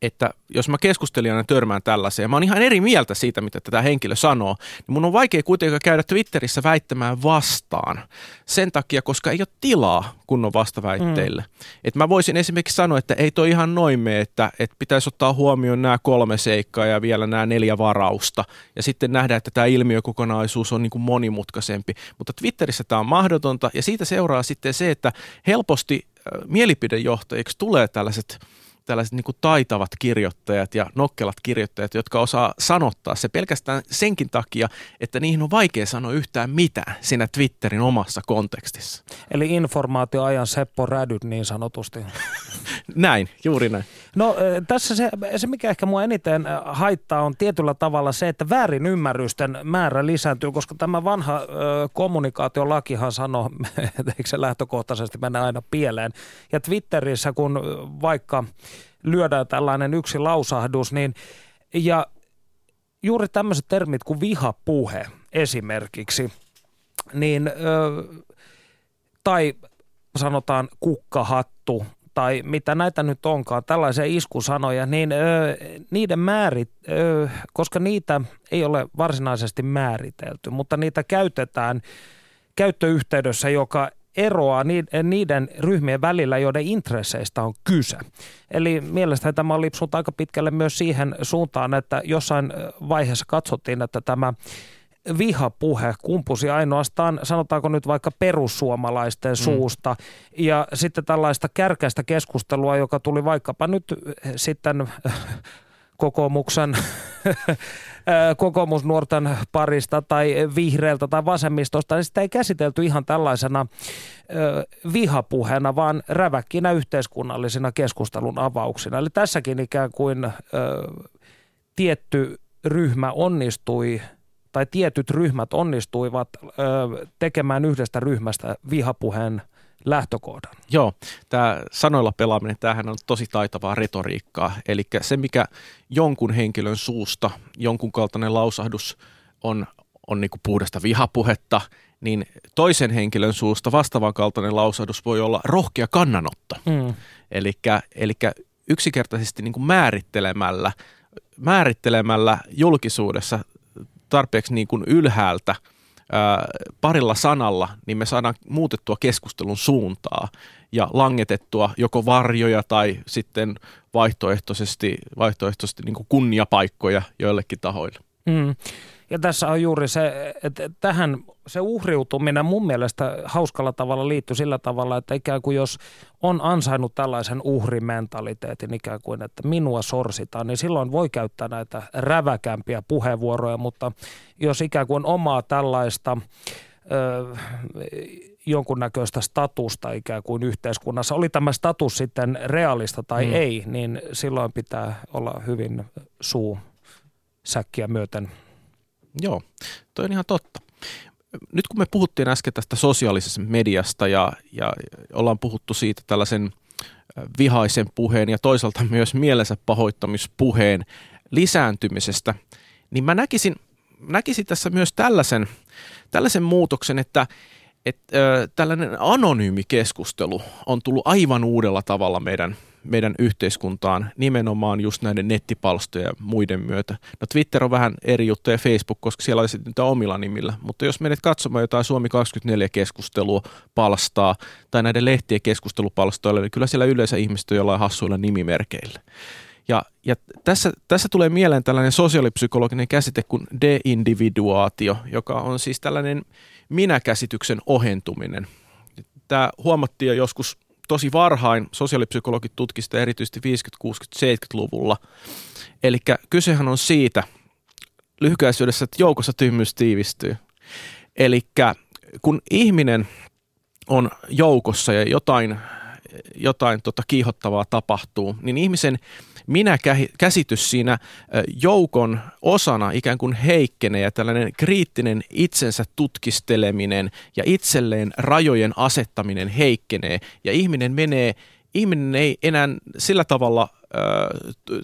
että jos mä keskustelijana törmään tällaiseen, mä oon ihan eri mieltä siitä, mitä tätä henkilö sanoo, niin mun on vaikea kuitenkaan käydä Twitterissä väittämään vastaan sen takia, koska ei ole tilaa kunnon vastaväitteille. Mm. Että mä voisin esimerkiksi sanoa, että ei toi ihan noin mene, että, että pitäisi ottaa huomioon nämä kolme seikkaa ja vielä nämä neljä varausta ja sitten nähdä, että tämä ilmiökokonaisuus on niin kuin monimutkaisempi. Mutta Twitterissä tämä on mahdotonta ja siitä seuraa sitten se, että helposti äh, mielipidejohtajiksi tulee tällaiset tällaiset niin kuin taitavat kirjoittajat ja nokkelat kirjoittajat, jotka osaa sanottaa se pelkästään senkin takia, että niihin on vaikea sanoa yhtään mitään siinä Twitterin omassa kontekstissa. Eli informaatioajan Seppo Rädyt niin sanotusti. Näin, juuri näin. No tässä se, se, mikä ehkä mua eniten haittaa, on tietyllä tavalla se, että väärinymmärrysten määrä lisääntyy, koska tämä vanha ö, kommunikaatiolakihan sanoo, että eikö se lähtökohtaisesti mennä aina pieleen. Ja Twitterissä, kun vaikka lyödään tällainen yksi lausahdus, niin ja juuri tämmöiset termit kuin vihapuhe esimerkiksi, niin ö, tai sanotaan kukkahattu, tai mitä näitä nyt onkaan, tällaisia iskusanoja, niin ö, niiden määrit, ö, koska niitä ei ole varsinaisesti määritelty, mutta niitä käytetään käyttöyhteydessä, joka eroaa niiden ryhmien välillä, joiden intresseistä on kyse. Eli mielestäni tämä on lipsunut aika pitkälle myös siihen suuntaan, että jossain vaiheessa katsottiin, että tämä vihapuhe kumpusi ainoastaan, sanotaanko nyt vaikka perussuomalaisten suusta, mm. ja sitten tällaista kärkäistä keskustelua, joka tuli vaikkapa nyt sitten kokoomuksen kokoomusnuorten parista tai vihreältä tai vasemmistosta, niin sitä ei käsitelty ihan tällaisena ö, vihapuheena, vaan räväkkinä yhteiskunnallisina keskustelun avauksina. Eli tässäkin ikään kuin ö, tietty ryhmä onnistui tai tietyt ryhmät onnistuivat ö, tekemään yhdestä ryhmästä vihapuheen lähtökohdan. Joo, tämä sanoilla pelaaminen, tämähän on tosi taitavaa retoriikkaa. Eli se, mikä jonkun henkilön suusta, jonkun kaltainen lausahdus on, on niin kuin puhdasta vihapuhetta, niin toisen henkilön suusta vastaavan kaltainen lausahdus voi olla rohkea kannanotto. Mm. Eli yksinkertaisesti niin kuin määrittelemällä, määrittelemällä julkisuudessa tarpeeksi niin kuin ylhäältä ää, parilla sanalla, niin me saadaan muutettua keskustelun suuntaa ja langetettua joko varjoja tai sitten vaihtoehtoisesti, vaihtoehtoisesti niin kuin kunniapaikkoja joillekin tahoille. Mm. Ja tässä on juuri se, että tähän se uhriutuminen mun mielestä hauskalla tavalla liittyy sillä tavalla, että ikään kuin jos on ansainnut tällaisen uhrimentaliteetin ikään kuin, että minua sorsitaan, niin silloin voi käyttää näitä räväkämpiä puheenvuoroja, mutta jos ikään kuin omaa tällaista ö, jonkunnäköistä statusta ikään kuin yhteiskunnassa, oli tämä status sitten realista tai mm. ei, niin silloin pitää olla hyvin suu säkkiä myöten. Joo, toi on ihan totta. Nyt kun me puhuttiin äsken tästä sosiaalisesta mediasta ja, ja ollaan puhuttu siitä tällaisen vihaisen puheen ja toisaalta myös mielensä pahoittamispuheen lisääntymisestä, niin mä näkisin, näkisin tässä myös tällaisen, tällaisen muutoksen, että että ö, tällainen anonyymi keskustelu on tullut aivan uudella tavalla meidän, meidän yhteiskuntaan, nimenomaan just näiden nettipalstojen ja muiden myötä. No Twitter on vähän eri juttu ja Facebook, koska siellä esitetään omilla nimillä, mutta jos menet katsomaan jotain Suomi kaksikymmentäneljä keskustelua palstaa tai näiden lehtien keskustelupalstoilla, niin kyllä siellä yleensä ihmiset on jollain hassuilla nimimerkeillä. Ja, ja tässä, tässä tulee mieleen tällainen sosiaalipsykologinen käsite kuin deindividuaatio, joka on siis tällainen minäkäsityksen ohentuminen. Tämä huomattiin jo joskus tosi varhain, sosiaalipsykologit tutkivat sitä erityisesti viisikymmentä-, kuusikymmentä-, seitsemänkymmentäluvulla. Eli kysehän on siitä lyhykäisyydessä, että joukossa tyhmyys tiivistyy. Eli kun ihminen on joukossa ja jotain, jotain tota kiihottavaa tapahtuu, niin ihmisen minä-käsitys siinä joukon osana ikään kuin heikkenee ja tällainen kriittinen itsensä tutkisteleminen ja itselleen rajojen asettaminen heikkenee ja ihminen menee, ihminen ei enää sillä tavalla äh,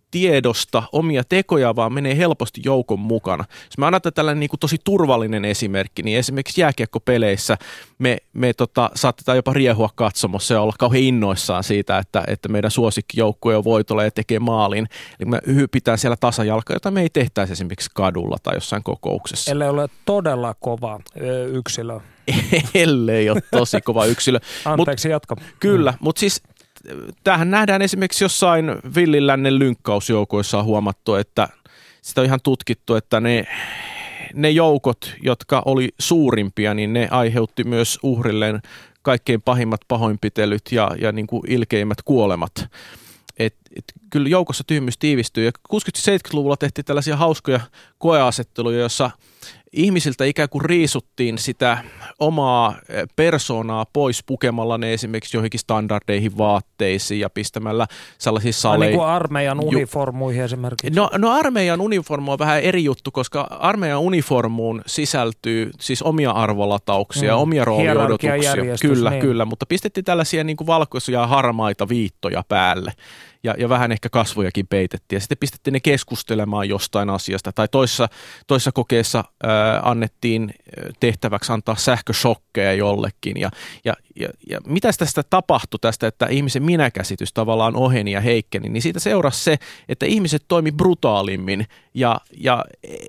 tiedosta omia tekoja, vaan menee helposti joukon mukana. Jos mä annan tällainen niin kuin tosi turvallinen esimerkki, niin esimerkiksi jääkiekkopeleissä me, me tota, saatetaan jopa riehua katsomossa ja olla kauhean innoissaan siitä, että, että meidän suosikkijoukkue on voitolla ja tekee maalin. Eli me hypitään siellä tasajalkaa, jota me ei tehtäisi esimerkiksi kadulla tai jossain kokouksessa. Ellei ole todella kova ö, yksilö. Ellei ole tosi kova yksilö. Anteeksi, mut, jatka. Kyllä, mutta siis tämähän nähdään esimerkiksi jossain villilännen lynkkausjoukoissa on huomattu, että sitä on ihan tutkittu, että ne, ne joukot, jotka oli suurimpia, niin ne aiheutti myös uhrilleen kaikkein pahimmat pahoinpitelyt ja, ja niin kuin ilkeimmät kuolemat. Et, et, kyllä joukossa tyhmyys tiivistyy. Ja kuusikymmentä-seitsemänkymmentäluvulla tehtiin tällaisia hauskoja koeasetteluja, joissa ihmisiltä ikään kuin riisuttiin sitä omaa persoonaa pois pukemalla ne esimerkiksi joihinkin standardeihin vaatteisiin ja pistämällä sellaisia saleja. Niin kuin armeijan uniformuihin esimerkiksi. No, no armeijan uniformu on vähän eri juttu, koska armeijan uniformuun sisältyy siis omia arvolatauksia, mm. omia rooliodotuksia. Kyllä, niin. kyllä, mutta pistettiin tällaisia niin kuin valkoisia harmaita viittoja päälle. Ja, ja vähän ehkä kasvojakin peitettiin ja sitten pistettiin ne keskustelemaan jostain asiasta. Tai toissa, toissa kokeessa ää, annettiin tehtäväksi antaa sähköshokkeja jollekin. Ja, ja, ja, ja mitä tästä tapahtui tästä, että ihmisen minäkäsitys tavallaan oheni ja heikkeni, niin siitä seurasi se, että ihmiset toimi brutaalimmin ja, ja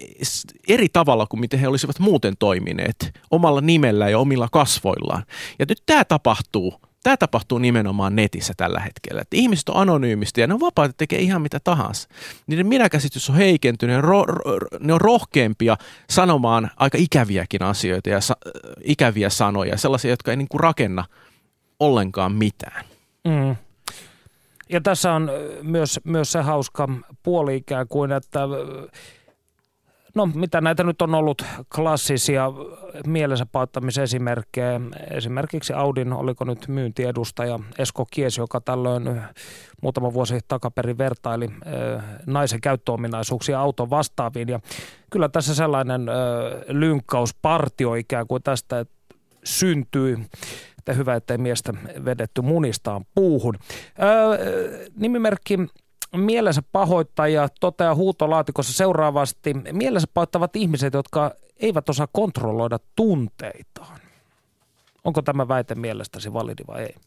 eri tavalla kuin miten he olisivat muuten toimineet omalla nimellä ja omilla kasvoillaan. Ja nyt tämä tapahtuu. Tämä tapahtuu nimenomaan netissä tällä hetkellä. Että ihmiset on anonyymisti ja ne on vapaita tekemään ihan mitä tahansa. Niiden minäkäsitys on heikentynyt, ne, ro, ro, ne on rohkeampia sanomaan aika ikäviäkin asioita ja sa, ikäviä sanoja, sellaisia, jotka ei niin kuin rakenna ollenkaan mitään. Mm. Ja tässä on myös, myös se hauska puoli ikään kuin, että no mitä näitä nyt on ollut klassisia mielensä pahoittamisesimerkkejä. Esimerkiksi Audin, oliko nyt myyntiedustaja Esko Kies, joka tällöin muutama vuosi takaperin vertaili äh, naisen käyttöominaisuuksia auton vastaaviin. Ja kyllä tässä sellainen äh, lynkkauspartio ikään kuin tästä syntyi. Että hyvä, ettei miestä vedetty munistaan puuhun. Äh, nimimerkki Mielensä pahoittaja toteaa huutolaatikossa seuraavasti: mielensä pahoittavat ihmiset, jotka eivät osaa kontrolloida tunteitaan. Onko tämä väite mielestäsi validi vai ei?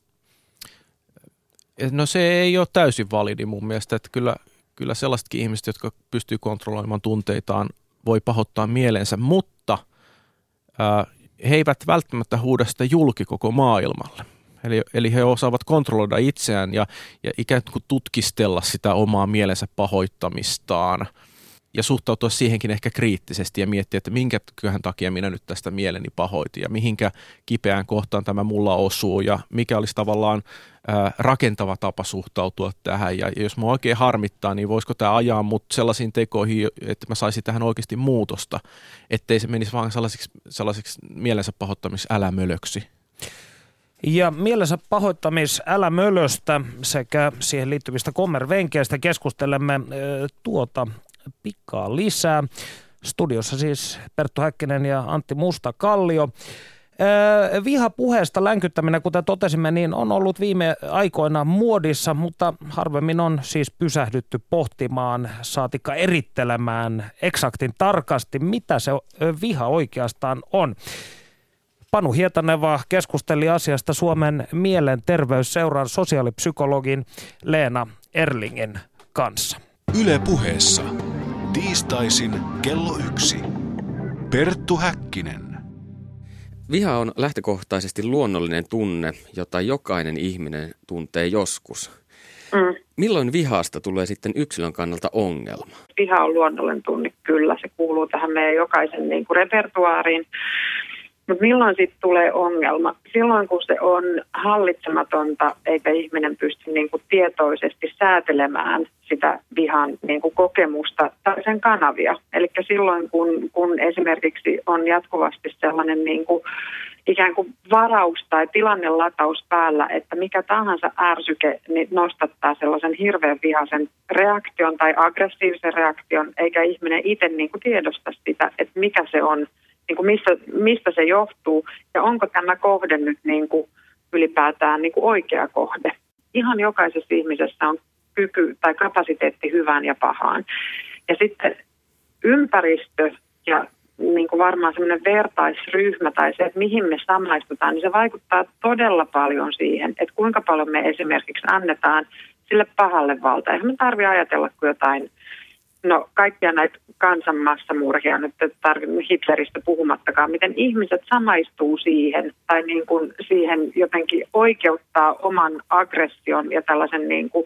No se ei ole täysin validi mun mielestä, että kyllä, kyllä sellaisetkin ihmiset, jotka pystyy kontrolloimaan tunteitaan, voi pahoittaa mielensä, mutta ää, he eivät välttämättä huuda sitä julki koko maailmalle. Eli, eli he osaavat kontrolloida itseään ja, ja ikään kuin tutkistella sitä omaa mielensä pahoittamistaan ja suhtautua siihenkin ehkä kriittisesti ja miettiä, että minkäköhän takia minä nyt tästä mieleni pahoitin ja mihinkä kipeään kohtaan tämä mulla osuu ja mikä olisi tavallaan ää, rakentava tapa suhtautua tähän. Ja jos mä oikein harmittaa, niin voisiko tämä ajaa mut sellaisiin tekoihin, että mä saisin tähän oikeasti muutosta, ettei se menisi vaan sellaisiksi, sellaisiksi mielensä pahoittamis-älämölöksi. Ja mielensä pahoittamis älämölöstä sekä siihen liittyvistä kommervenkeistä keskustelemme tuota pikkaa lisää. Studiossa siis Perttu Häkkinen ja Antti Mustakallio. Vihapuheesta länkyttäminen, kuten totesimme, niin on ollut viime aikoina muodissa, mutta harvemmin on siis pysähdytty pohtimaan, saatikka erittelemään eksaktin tarkasti, mitä se viha oikeastaan on. Panu Hietaneva keskusteli asiasta Suomen mielenterveysseuran sosiaalipsykologin Leena Erlingin kanssa. Yle Puheessa. Tiistaisin kello yksi. Perttu Häkkinen. Viha on lähtökohtaisesti luonnollinen tunne, jota jokainen ihminen tuntee joskus. Mm. Milloin vihasta tulee sitten yksilön kannalta ongelma? Viha on luonnollinen tunne, kyllä. Se kuuluu tähän meidän jokaisen niin kuin repertuaariin. Mutta milloin sitten tulee ongelma? Silloin, kun se on hallitsematonta, eikä ihminen pysty niinku tietoisesti säätelemään sitä vihan niinku kokemusta tai sen kanavia. Eli silloin, kun, kun esimerkiksi on jatkuvasti sellainen niinku ikään kuin varaus tai tilannelataus päällä, että mikä tahansa ärsyke niin nostattaa sellaisen hirveän vihaisen reaktion tai aggressiivisen reaktion, eikä ihminen itse niinku tiedosta sitä, että mikä se on. Niin kuin mistä, mistä se johtuu ja onko tämä kohde nyt niin kuin ylipäätään niin kuin oikea kohde. Ihan jokaisessa ihmisessä on kyky tai kapasiteetti hyvään ja pahaan. Ja sitten ympäristö ja niin kuin varmaan semmoinen vertaisryhmä tai se, että mihin me samaistutaan, niin se vaikuttaa todella paljon siihen, että kuinka paljon me esimerkiksi annetaan sille pahalle valta. Eihän me tarvitse ajatella kuin jotain, no kaikkia näitä kansanmassamurhia, nyt tarvitse Hitleristä puhumattakaan, miten ihmiset samaistuu siihen tai niin kuin siihen jotenkin oikeuttaa oman aggression ja tällaisen niin kuin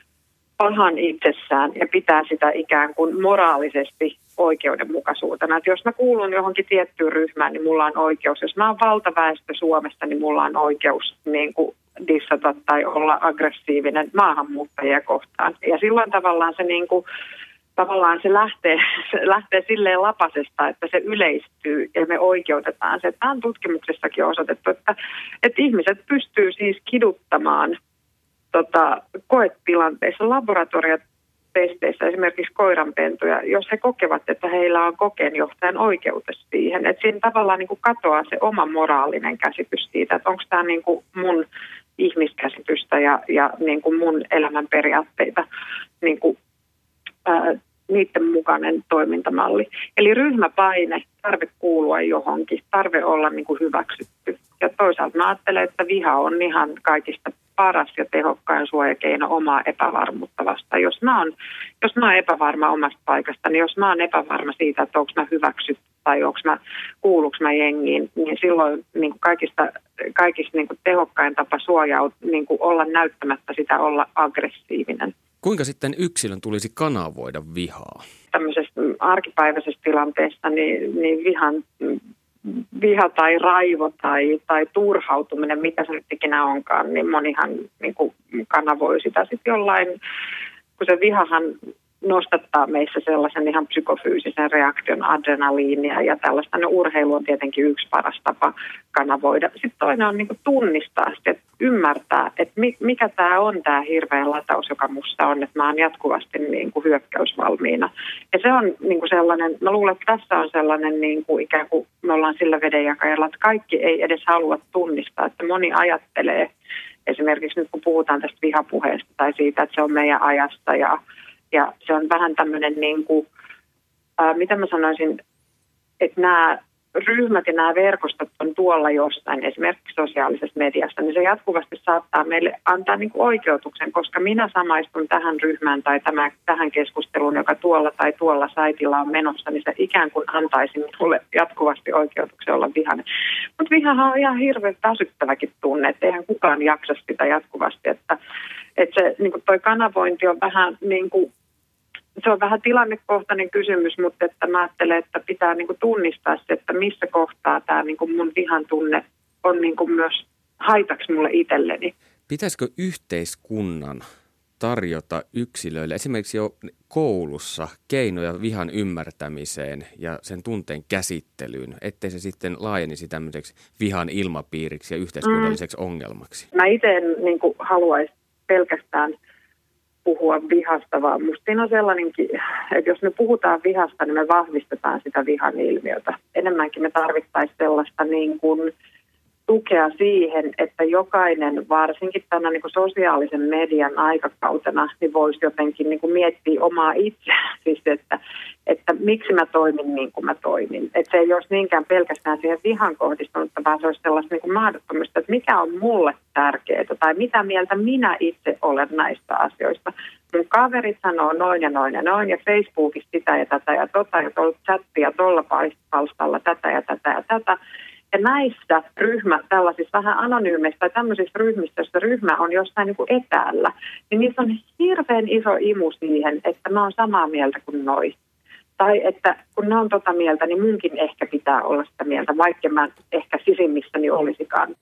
pahan itsessään ja pitää sitä ikään kuin moraalisesti oikeudenmukaisuutena. Että jos mä kuulun johonkin tiettyyn ryhmään, niin mulla on oikeus. Jos mä oon valtaväestö Suomesta, niin mulla on oikeus niin kuin dissata tai olla aggressiivinen maahanmuuttajia kohtaan. Ja silloin tavallaan se, niin kuin, tavallaan se, lähtee, se lähtee silleen lapasesta, että se yleistyy ja me oikeutetaan se. Tämä on tutkimuksessakin osoitettu, että, että ihmiset pystyy siis kiduttamaan Tota, koetilanteissa, laboratoriotesteissä esimerkiksi koiranpentuja, jos he kokevat, että heillä on kokeenjohtajan oikeutus siihen. Että siinä tavallaan niin kuin katoaa se oma moraalinen käsitys siitä, että onko tämä niin kuin mun ihmiskäsitystä ja, ja niin kuin mun elämän periaatteita niin kuin, ää, niiden mukainen toimintamalli. Eli ryhmäpaine, tarve kuulua johonkin, tarve olla niin kuin hyväksytty. Ja toisaalta mä ajattelen, että viha on ihan kaikista paras ja tehokkain suojakeino omaa epävarmuutta vastaan. Jos mä oon, jos mä oon epävarma omasta paikasta, niin jos mä oon epävarma siitä, että onko mä hyväksytty tai onko mä, kuuluuko mä jengiin, niin silloin niin kuin kaikista, kaikista niin kuin tehokkain tapa suojautua, niin kuin olla näyttämättä sitä, olla aggressiivinen. Kuinka sitten yksilön tulisi kanavoida vihaa? Tämmöisessä arkipäiväisessä tilanteessa niin, niin vihan... viha tai raivo tai, tai turhautuminen, mitä se nyt ikinä onkaan, niin monihan niin kuin kanavoi sitä sitten jollain, kun se vihahan nostattaa meissä sellaisen ihan psykofyysisen reaktion, adrenaliinia ja tällaista. No, urheilu on tietenkin yksi paras tapa kanavoida. Sitten toinen on niin kuin tunnistaa sitä, että ymmärtää, että mikä tämä on tämä hirveä lataus, joka musta on, että mä oon jatkuvasti niin kuin hyökkäysvalmiina. Ja se on niin kuin sellainen, mä luulen, että tässä on sellainen niin kuin ikään kuin me ollaan sillä vedenjakajalla, että kaikki ei edes halua tunnistaa, että moni ajattelee, esimerkiksi nyt kun puhutaan tästä vihapuheesta tai siitä, että se on meidän ajasta ja Ja se on vähän tämmöinen, niin kuin, ää, mitä mä sanoisin, että nämä ryhmät ja nämä verkostot on tuolla jostain, esimerkiksi sosiaalisessa mediassa, niin se jatkuvasti saattaa meille antaa niin kuin oikeutuksen, koska minä samaistun tähän ryhmään tai tämä, tähän keskusteluun, joka tuolla tai tuolla saitilla on menossa, niin se ikään kuin antaisi minulle jatkuvasti oikeutuksen olla vihainen. Mutta vihahan on ihan hirveän väsyttäväkin tunne, että eihän kukaan jaksa sitä jatkuvasti, että, että se niin kuin toi kanavointi on vähän niin kuin, se on vähän tilannekohtainen kysymys, mutta että mä ajattelen, että pitää niin kuin tunnistaa se, että missä kohtaa tämä niin kuin mun vihan tunne on niin kuin myös haitaksi mulle itselleni. Pitäisikö yhteiskunnan tarjota yksilöille esimerkiksi jo koulussa keinoja vihan ymmärtämiseen ja sen tunteen käsittelyyn, ettei se sitten laajenisi tämmöiseksi vihan ilmapiiriksi ja yhteiskunnalliseksi mm. ongelmaksi? Mä itse en niin kuin haluaisi pelkästään puhua vihasta, vaan musta siinä on sellainenkin, että jos me puhutaan vihasta, niin me vahvistetaan sitä vihan ilmiötä. Enemmänkin me tarvittaisiin sellaista niin kuin tukea siihen, että jokainen, varsinkin tänä niin kuin sosiaalisen median aikakautena, niin voisi jotenkin niin kuin miettiä omaa itseään, siis että, että miksi mä toimin niin kuin mä toimin. Että se ei olisi niinkään pelkästään siihen vihan kohdistunutta, vaan se olisi sellaista niin kuin mahdottomista, että mikä on mulle tärkeää tai mitä mieltä minä itse olen näistä asioista. Mun kaverit sanoo noin ja noin ja noin ja Facebookissa sitä ja tätä ja tota ja tuolla chattia tuolla palstalla tätä ja tätä ja tätä. Ja näissä ryhmä, tällaisissa vähän anonyymeissa tai tämmöisissä ryhmissä, joissa ryhmä on jossain niin kuin etäällä, niin niissä on hirveän iso imu siihen, että mä oon samaa mieltä kuin noi. Tai että kun ne on tota mieltä, niin munkin ehkä pitää olla sitä mieltä, vaikka mä ehkä sisimmissäni olisikaan.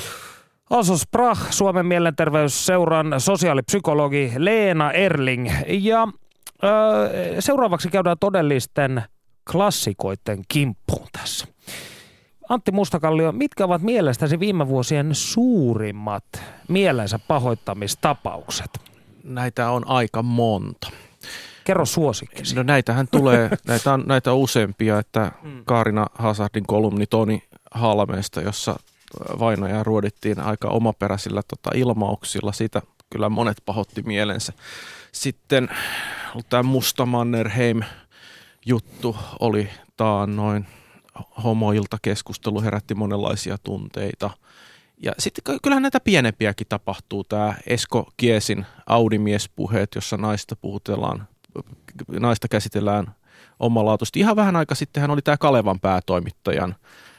Also Sprach, Suomen mielenterveysseuran sosiaalipsykologi Leena Erling. Ja ö, seuraavaksi käydään todellisten klassikoiden kimppuun tässä. Antti Mustakallio, mitkä ovat mielestäsi viime vuosien suurimmat mielensä pahoittamistapaukset? Näitä on aika monta. Kerro suosikkisi. No näitähän tulee, näitä on näitä useampia, että Kaarina Hazardin kolumni Toni Halmeesta, jossa vainajaa ruodittiin aika omaperäisillä tota, ilmauksilla. Siitä kyllä monet pahotti mielensä. Sitten tämä Musta Mannerheim-juttu oli taannoin. Homoilta keskustelu herätti monenlaisia tunteita. Ja sitten kyllähän näitä pienempiäkin tapahtuu. Tämä Esko Kiesin Audi-miespuheet, jossa naista puhutellaan, naista käsitellään omalaatuisesti. Ihan vähän aika sittenhän oli tämä Kalevan päätoimittajan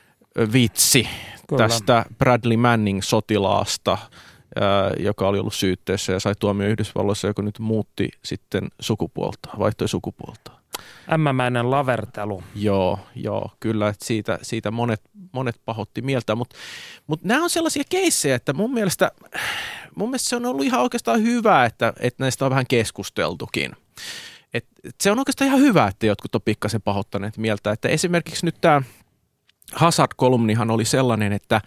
vitsi Kyllä. tästä Bradley Manning-sotilaasta, joka oli ollut syytteessä ja sai tuomio Yhdysvalloissa, joka nyt muutti sitten sukupuolta, vaihtoi sukupuolta. Ämmämäinen lavertelu. Joo, joo, kyllä, että siitä, siitä monet, monet pahotti mieltä, mutta mut nämä on sellaisia keissejä, että mun mielestä, mun mielestä se on ollut ihan oikeastaan hyvä, että, että näistä on vähän keskusteltukin. Et, et se on oikeastaan ihan hyvä, että jotkut on pikkasen pahoittaneet mieltä, että esimerkiksi nyt tämä Hazard-kolumnihan oli sellainen, että,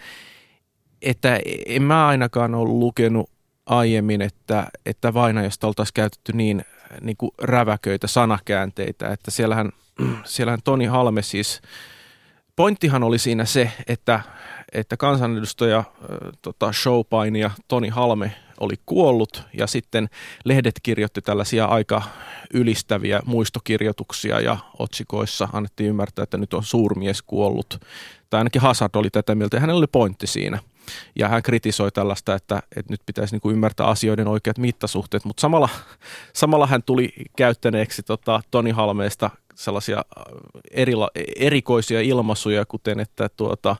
että en mä ainakaan ole lukenut aiemmin, että, että vainajasta oltaisiin käytetty niin, niin kuin räväköitä sanakäänteitä, että siellähän, siellähän Toni Halme siis, pointtihan oli siinä se, että, että kansanedustaja äh, tota, showpainija Toni Halme oli kuollut ja sitten lehdet kirjoitti tällaisia aika ylistäviä muistokirjoituksia ja otsikoissa annettiin ymmärtää, että nyt on suurmies kuollut. Tai ainakin Hazard oli tätä mieltä ja hänellä oli pointti siinä. Ja hän kritisoi tällaista, että, että nyt pitäisi niin kuin ymmärtää asioiden oikeat mittasuhteet, mutta samalla, samalla hän tuli käyttäneeksi tota, Toni Halmeesta sellaisia erila, erikoisia ilmaisuja, kuten että tuota,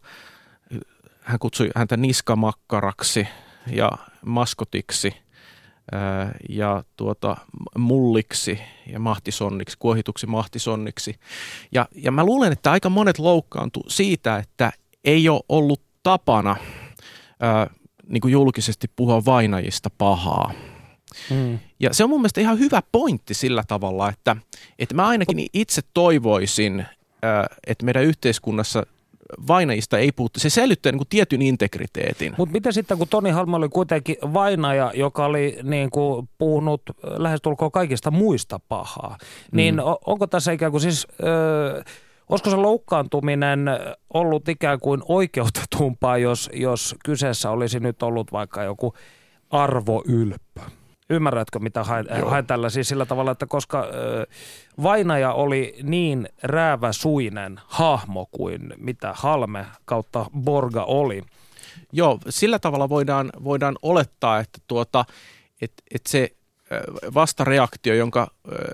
hän kutsui häntä niskamakkaraksi ja maskotiksi ää, ja tuota, mulliksi ja mahtisonniksi, kuohituksi mahtisonniksi. Ja, ja mä luulen, että aika monet loukkaantu siitä, että ei ole ollut tapana ää, niin kuin julkisesti puhua vainajista pahaa. Mm. Ja se on mun mielestä ihan hyvä pointti sillä tavalla, että, että mä ainakin itse toivoisin, ää, että meidän yhteiskunnassa vainajista ei puhuttu. Se säilyttää niin kuin tietyn integriteetin. Mutta miten sitten, kun Toni Halme oli kuitenkin vainaja, joka oli niin kuin puhunut lähestulkoon kaikista muista pahaa, niin mm. onko tässä ikään kuin siis... Öö, olisiko se loukkaantuminen ollut ikään kuin oikeutetumpaa, jos, jos kyseessä olisi nyt ollut vaikka joku arvoylppö? Ymmärrätkö, mitä haen, haen tällä siis sillä tavalla, että koska ö, vainaja oli niin rääväsuinen hahmo kuin mitä Halme kautta Borga oli. Joo, sillä tavalla voidaan, voidaan olettaa, että tuota, et, et se vastareaktio, jonka...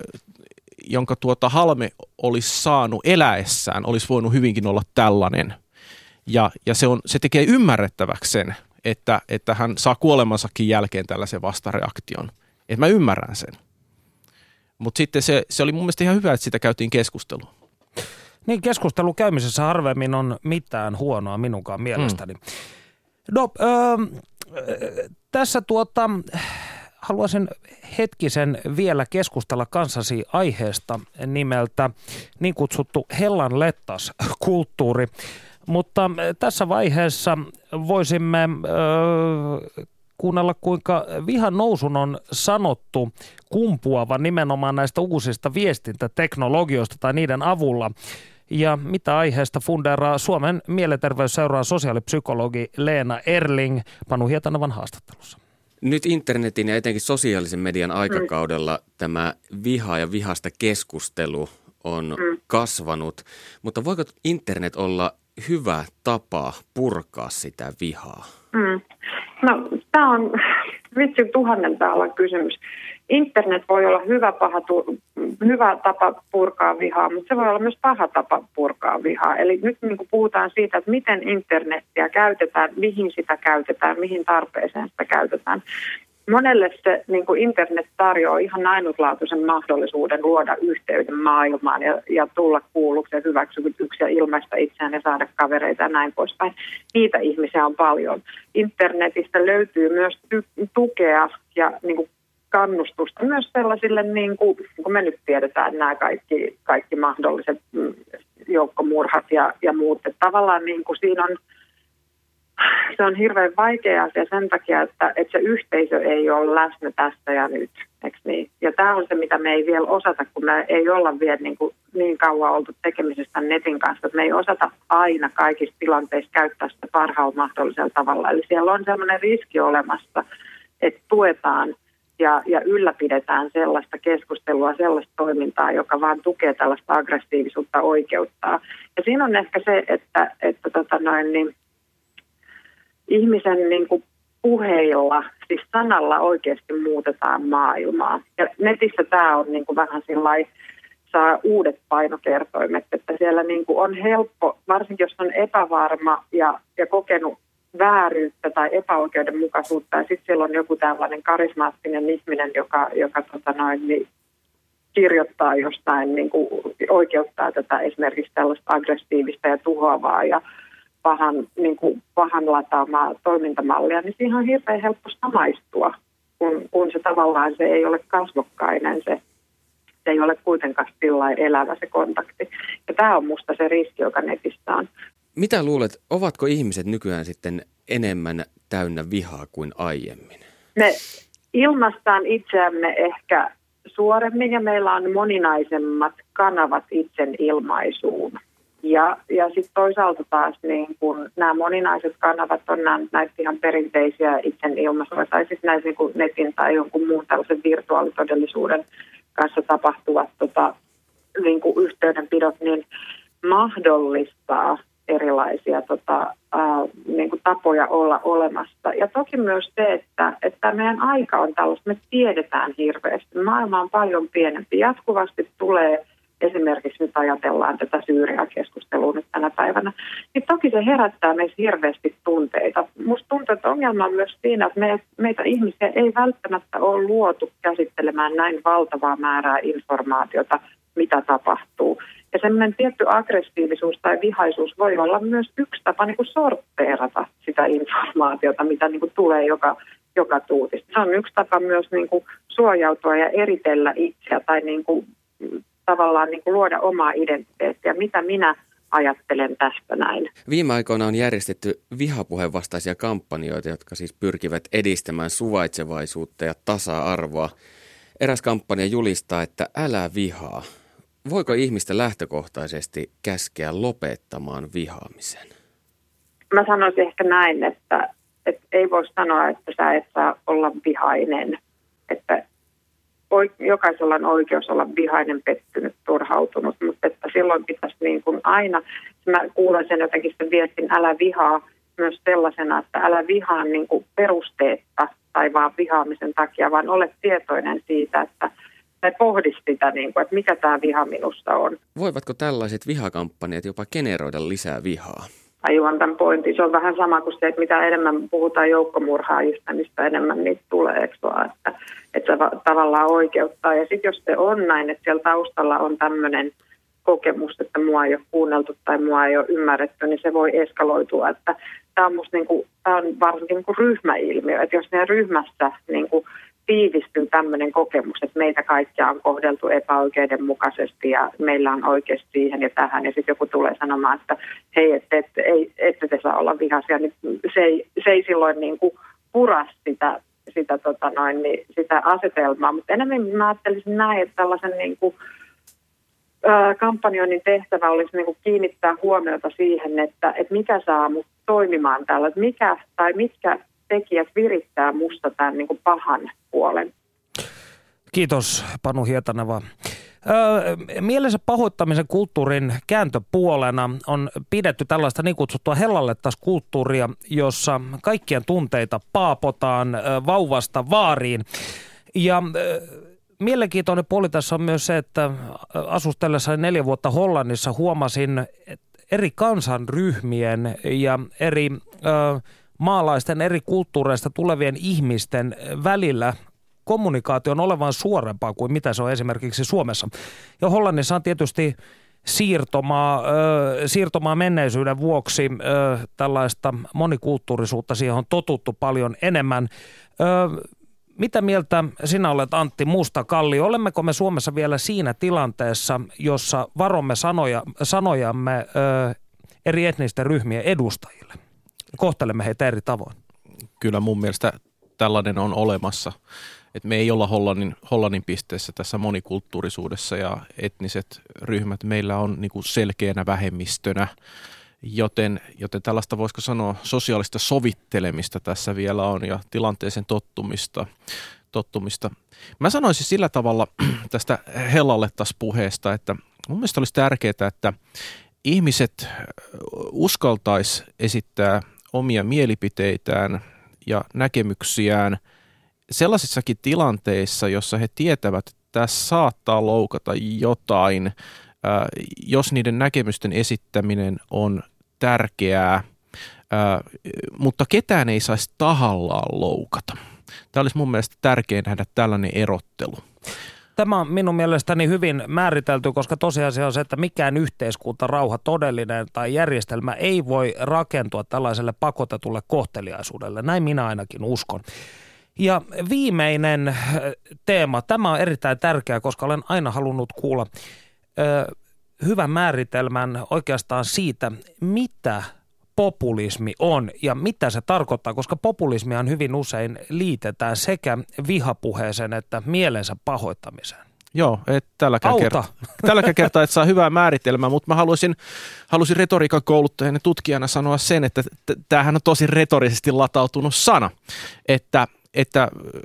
jonka tuota Halme olisi saanut eläessään, olisi voinut hyvinkin olla tällainen. Ja, ja se, on, se tekee ymmärrettäväksi sen, että, että hän saa kuolemansakin jälkeen tällaisen vastareaktion. Että mä ymmärrän sen. Mutta sitten se, se oli mun mielestä ihan hyvä, että sitä käytiin keskustelua. Niin, keskustelun käymisessä harvemmin on mitään huonoa minunkaan mielestäni. Mm. No, öö, tässä tuota... Haluaisin hetkisen vielä keskustella kanssasi aiheesta nimeltä niin kutsuttu Hellan lettas-kulttuuri, mutta tässä vaiheessa voisimme öö, kuunnella, kuinka vihan nousun on sanottu kumpuavan nimenomaan näistä uusista viestintäteknologioista tai niiden avulla. Ja mitä aiheesta fundeeraa Suomen mielenterveysseuran sosiaalipsykologi Leena Erling Panu Hietanovan haastattelussa. Nyt internetin ja etenkin sosiaalisen median aikakaudella mm. tämä viha ja vihasta keskustelu on mm. kasvanut, mutta voiko internet olla hyvä tapa purkaa sitä vihaa? Mm. No, tämä on vitsi tuhannen taalan kysymys. Internet voi olla hyvä, paha, hyvä tapa purkaa vihaa, mutta se voi olla myös paha tapa purkaa vihaa. Eli nyt niin kuin puhutaan siitä, että miten internetiä käytetään, mihin sitä käytetään, mihin tarpeeseen sitä käytetään. Monelle se niin kuin internet tarjoaa ihan ainutlaatuisen mahdollisuuden luoda yhteyden maailmaan ja, ja tulla kuulluksi ja hyväksytyksi ja ilmaista itseään ja saada kavereita ja näin poispäin. Niitä ihmisiä on paljon. Internetistä löytyy myös ty- tukea ja niin kuin kannustusta myös sellaisille, niin kuin, kun me nyt tiedetään nämä kaikki, kaikki mahdolliset joukkomurhat ja, ja muut. Että tavallaan niin kuin siinä on, se on hirveän vaikea asia sen takia, että, että se yhteisö ei ole läsnä tässä ja nyt. Eikö niin? Ja tämä on se, mitä me ei vielä osata, kun me ei olla vielä niin, kuin, niin kauan oltu tekemisestä netin kanssa, että me ei osata aina kaikissa tilanteissa käyttää sitä parhaalla mahdollisella tavalla. Eli siellä on sellainen riski olemassa, että tuetaan ja, ja ylläpidetään sellaista keskustelua, sellaista toimintaa, joka vaan tukee tällaista aggressiivisuutta oikeuttaa. Ja siinä on ehkä se, että, että tota noin, niin, ihmisen niin kuin puheilla, siis sanalla oikeasti muutetaan maailmaa. Ja netissä tämä on niin kuin vähän sillai, saa uudet painokertoimet, että siellä niin kuin on helppo, varsinkin jos on epävarma ja, ja kokenut vääryyttä tai epäoikeudenmukaisuutta, ja sitten siellä on joku tällainen karismaattinen ihminen, joka, joka tota noin, niin kirjoittaa jostain, niin kuin oikeuttaa tätä esimerkiksi tällaista aggressiivista ja tuhoavaa ja pahan, niin kuin pahan lataamaa toimintamallia, niin siihen on hirveän helppo samaistua, kun, kun se tavallaan se ei ole kasvokkainen, se, se ei ole kuitenkaan sillä elävä se kontakti. Ja tämä on musta se riski, joka netissä on. Mitä luulet, ovatko ihmiset nykyään sitten enemmän täynnä vihaa kuin aiemmin? Me ilmaistaan itseämme ehkä suoremmin ja meillä on moninaisemmat kanavat itsen ilmaisuun. Ja, ja sitten toisaalta taas niin kun nämä moninaiset kanavat on nämä, näitä ihan perinteisiä itsen ilmaisuja tai siis näitä niin kuin netin tai jonkun muun tällaisen virtuaalitodellisuuden kanssa tapahtuvat tota, niin kuin yhteydenpidot, niin mahdollistaa erilaisia tota, ää, niin kuin tapoja olla olemassa. Ja toki myös se, että, että meidän aika on tällaista, me tiedetään hirveästi. Maailma on paljon pienempi. Jatkuvasti tulee esimerkiksi nyt ajatellaan tätä Syyria-keskustelua nyt tänä päivänä, niin toki se herättää meissä hirveästi tunteita. Musta tuntuu, että ongelma on myös siinä, että me, meitä ihmisiä ei välttämättä ole luotu käsittelemään näin valtavaa määrää informaatiota, mitä tapahtuu. Ja semmoinen tietty aggressiivisuus tai vihaisuus voi olla myös yksi tapa niin kuin sortteerata sitä informaatiota, mitä niin kuin tulee joka, joka tuutista. Se on yksi tapa myös niin kuin suojautua ja eritellä itseä tai niin kuin tavallaan niin kuin luoda omaa identiteettiä, mitä minä ajattelen tästä näin. Viime aikoina on järjestetty vihapuheen vastaisia kampanjoita, jotka siis pyrkivät edistämään suvaitsevaisuutta ja tasa-arvoa. Eräs kampanja julistaa, että älä vihaa. Voiko ihmistä lähtökohtaisesti käskeä lopettamaan vihaamisen? Mä sanoisin ehkä näin, että, että ei voi sanoa, että sä et saa olla vihainen. Että jokaisella on oikeus olla vihainen, pettynyt, turhautunut, mutta että silloin pitäisi niin kuin aina, mä kuulen sen jotenkin sen viestin, älä vihaa myös sellaisena, että älä vihaa niin kuin perusteetta tai vaan vihaamisen takia, vaan ole tietoinen siitä, että tai pohdi sitä, niin kuin, että mikä tämä viha minusta on. Voivatko tällaiset vihakampanjat jopa generoida lisää vihaa? Tajuan tämän pointin. Se on vähän sama kuin se, että mitä enemmän puhutaan joukkomurhaajista, niin sitä enemmän niitä tulee, eikö vaan, että, että se tavallaan oikeuttaa. Ja sitten jos se on näin, että siellä taustalla on tämmöinen kokemus, että mua ei ole kuunneltu tai mua ei ole ymmärretty, niin se voi eskaloitua. Että tämä on musta niin kuin, tämä on varsinkin niin kuin ryhmäilmiö, että jos meidän ryhmässä niin kuin tiivistyy tämmöinen kokemus, että meitä kaikkia on kohdeltu epäoikeudenmukaisesti ja meillä on oikeus siihen ja tähän. Ja sitten joku tulee sanomaan, että hei, ette, ette, ette, ette te saa olla vihaisia, niin se ei, se ei silloin niin kuin pura sitä, sitä, tota noin, niin sitä asetelmaa. Mutta enemmän mä ajattelisin näin, että tällaisen niin kuin, ää, kampanjoinnin tehtävä olisi niin kuin kiinnittää huomiota siihen, että, että mikä saa mut toimimaan tällä, että mikä tai mitkä tekijät virittää musta tämän niin kuin pahan puolen. Kiitos, Panu Hietaneva. Öö, mielensä pahoittamisen kulttuurin kääntöpuolena on pidetty tällaista niin kutsuttua hellallettas-kulttuuria, jossa kaikkien tunteita paapotaan ö, vauvasta vaariin. Ja ö, mielenkiintoinen puoli tässä on myös se, että asustellessani neljä vuotta Hollannissa huomasin eri kansanryhmien ja eri ö, maalaisten eri kulttuureista tulevien ihmisten välillä kommunikaation olevan suorempaa kuin mitä se on esimerkiksi Suomessa. Ja Hollannissa on tietysti siirtomaa, ö, siirtomaa menneisyyden vuoksi ö, tällaista monikulttuurisuutta, siihen on totuttu paljon enemmän. Ö, mitä mieltä sinä olet, Antti Mustakallio? Olemmeko me Suomessa vielä siinä tilanteessa, jossa varomme sanoja, sanojamme ö, eri etnisten ryhmien edustajille? Kohtelemme heitä eri tavoin. Kyllä mun mielestä tällainen on olemassa. Et me ei olla Hollannin, Hollannin pisteessä tässä monikulttuurisuudessa ja etniset ryhmät meillä on niinku selkeänä vähemmistönä. joten, joten tällaista voisiko sanoa sosiaalista sovittelemista tässä vielä on ja tilanteeseen tottumista. tottumista. Mä sanoisin sillä tavalla tästä Hellalle taas puheesta, että mun mielestä olisi tärkeää, että ihmiset uskaltaisi esittää omia mielipiteitään ja näkemyksiään sellaisissakin tilanteissa, jossa he tietävät, että tässä saattaa loukata jotain, jos niiden näkemysten esittäminen on tärkeää, mutta ketään ei saisi tahallaan loukata. Tämä olisi mun mielestä tärkeää nähdä tällainen erottelu. Tämä on minun mielestäni hyvin määritelty, koska tosiasia on se, että mikään yhteiskunta, rauha, todellinen tai järjestelmä ei voi rakentua tällaiselle pakotetulle kohteliaisuudelle. Näin minä ainakin uskon. Ja viimeinen teema, tämä on erittäin tärkeä, koska olen aina halunnut kuulla ö, hyvän määritelmän oikeastaan siitä, mitä populismi on ja mitä se tarkoittaa, koska populismihan hyvin usein liitetään sekä vihapuheeseen että mielensä pahoittamiseen. Joo, et tälläkään, kert- tälläkään kertaa et saa hyvää määritelmää, mutta mä haluaisin, haluaisin retoriikan kouluttajana ja tutkijana sanoa sen, että t- tämähän on tosi retorisesti latautunut sana, että että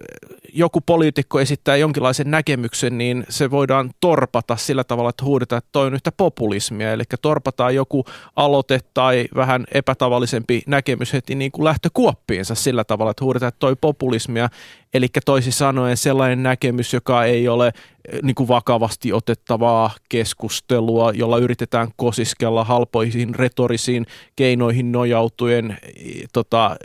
joku poliitikko esittää jonkinlaisen näkemyksen, niin se voidaan torpata sillä tavalla, että huudetaan, että toi on yhtä populismia. Eli torpataan joku aloite tai vähän epätavallisempi näkemys heti niin kuin lähtökuoppiinsa sillä tavalla, että huudetaan, että toi populismia. Eli toisin sanoen sellainen näkemys, joka ei ole niin kuin vakavasti otettavaa keskustelua, jolla yritetään kosiskella halpoihin retorisiin keinoihin nojautuen tota,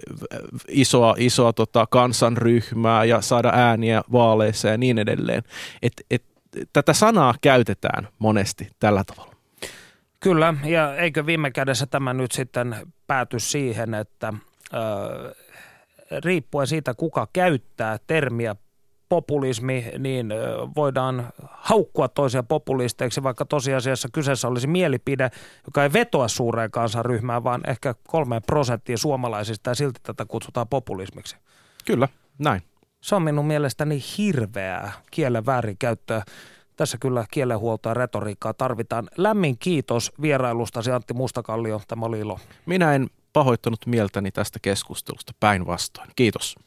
isoa, isoa tota, kansanryhmää ja saada ääniä vaaleissa ja niin edelleen. Et, et, tätä sanaa käytetään monesti tällä tavalla. Kyllä, ja eikö viime kädessä tämä nyt sitten pääty siihen, että Öö, riippuen siitä, kuka käyttää termiä populismi, niin voidaan haukkua toisia populisteiksi, vaikka tosiasiassa kyseessä olisi mielipide, joka ei vetoa suureen kansanryhmään, vaan ehkä kolmeen prosenttiin suomalaisista, ja silti tätä kutsutaan populismiksi. Kyllä, näin. Se on minun mielestäni hirveää kielen väärinkäyttöä. Tässä kyllä kielenhuoltoa ja retoriikkaa tarvitaan. Lämmin kiitos vierailustasi, Antti Mustakallio. Tämä oli ilo. Minä en pahoittanut mieltäni tästä keskustelusta, päinvastoin. Kiitos.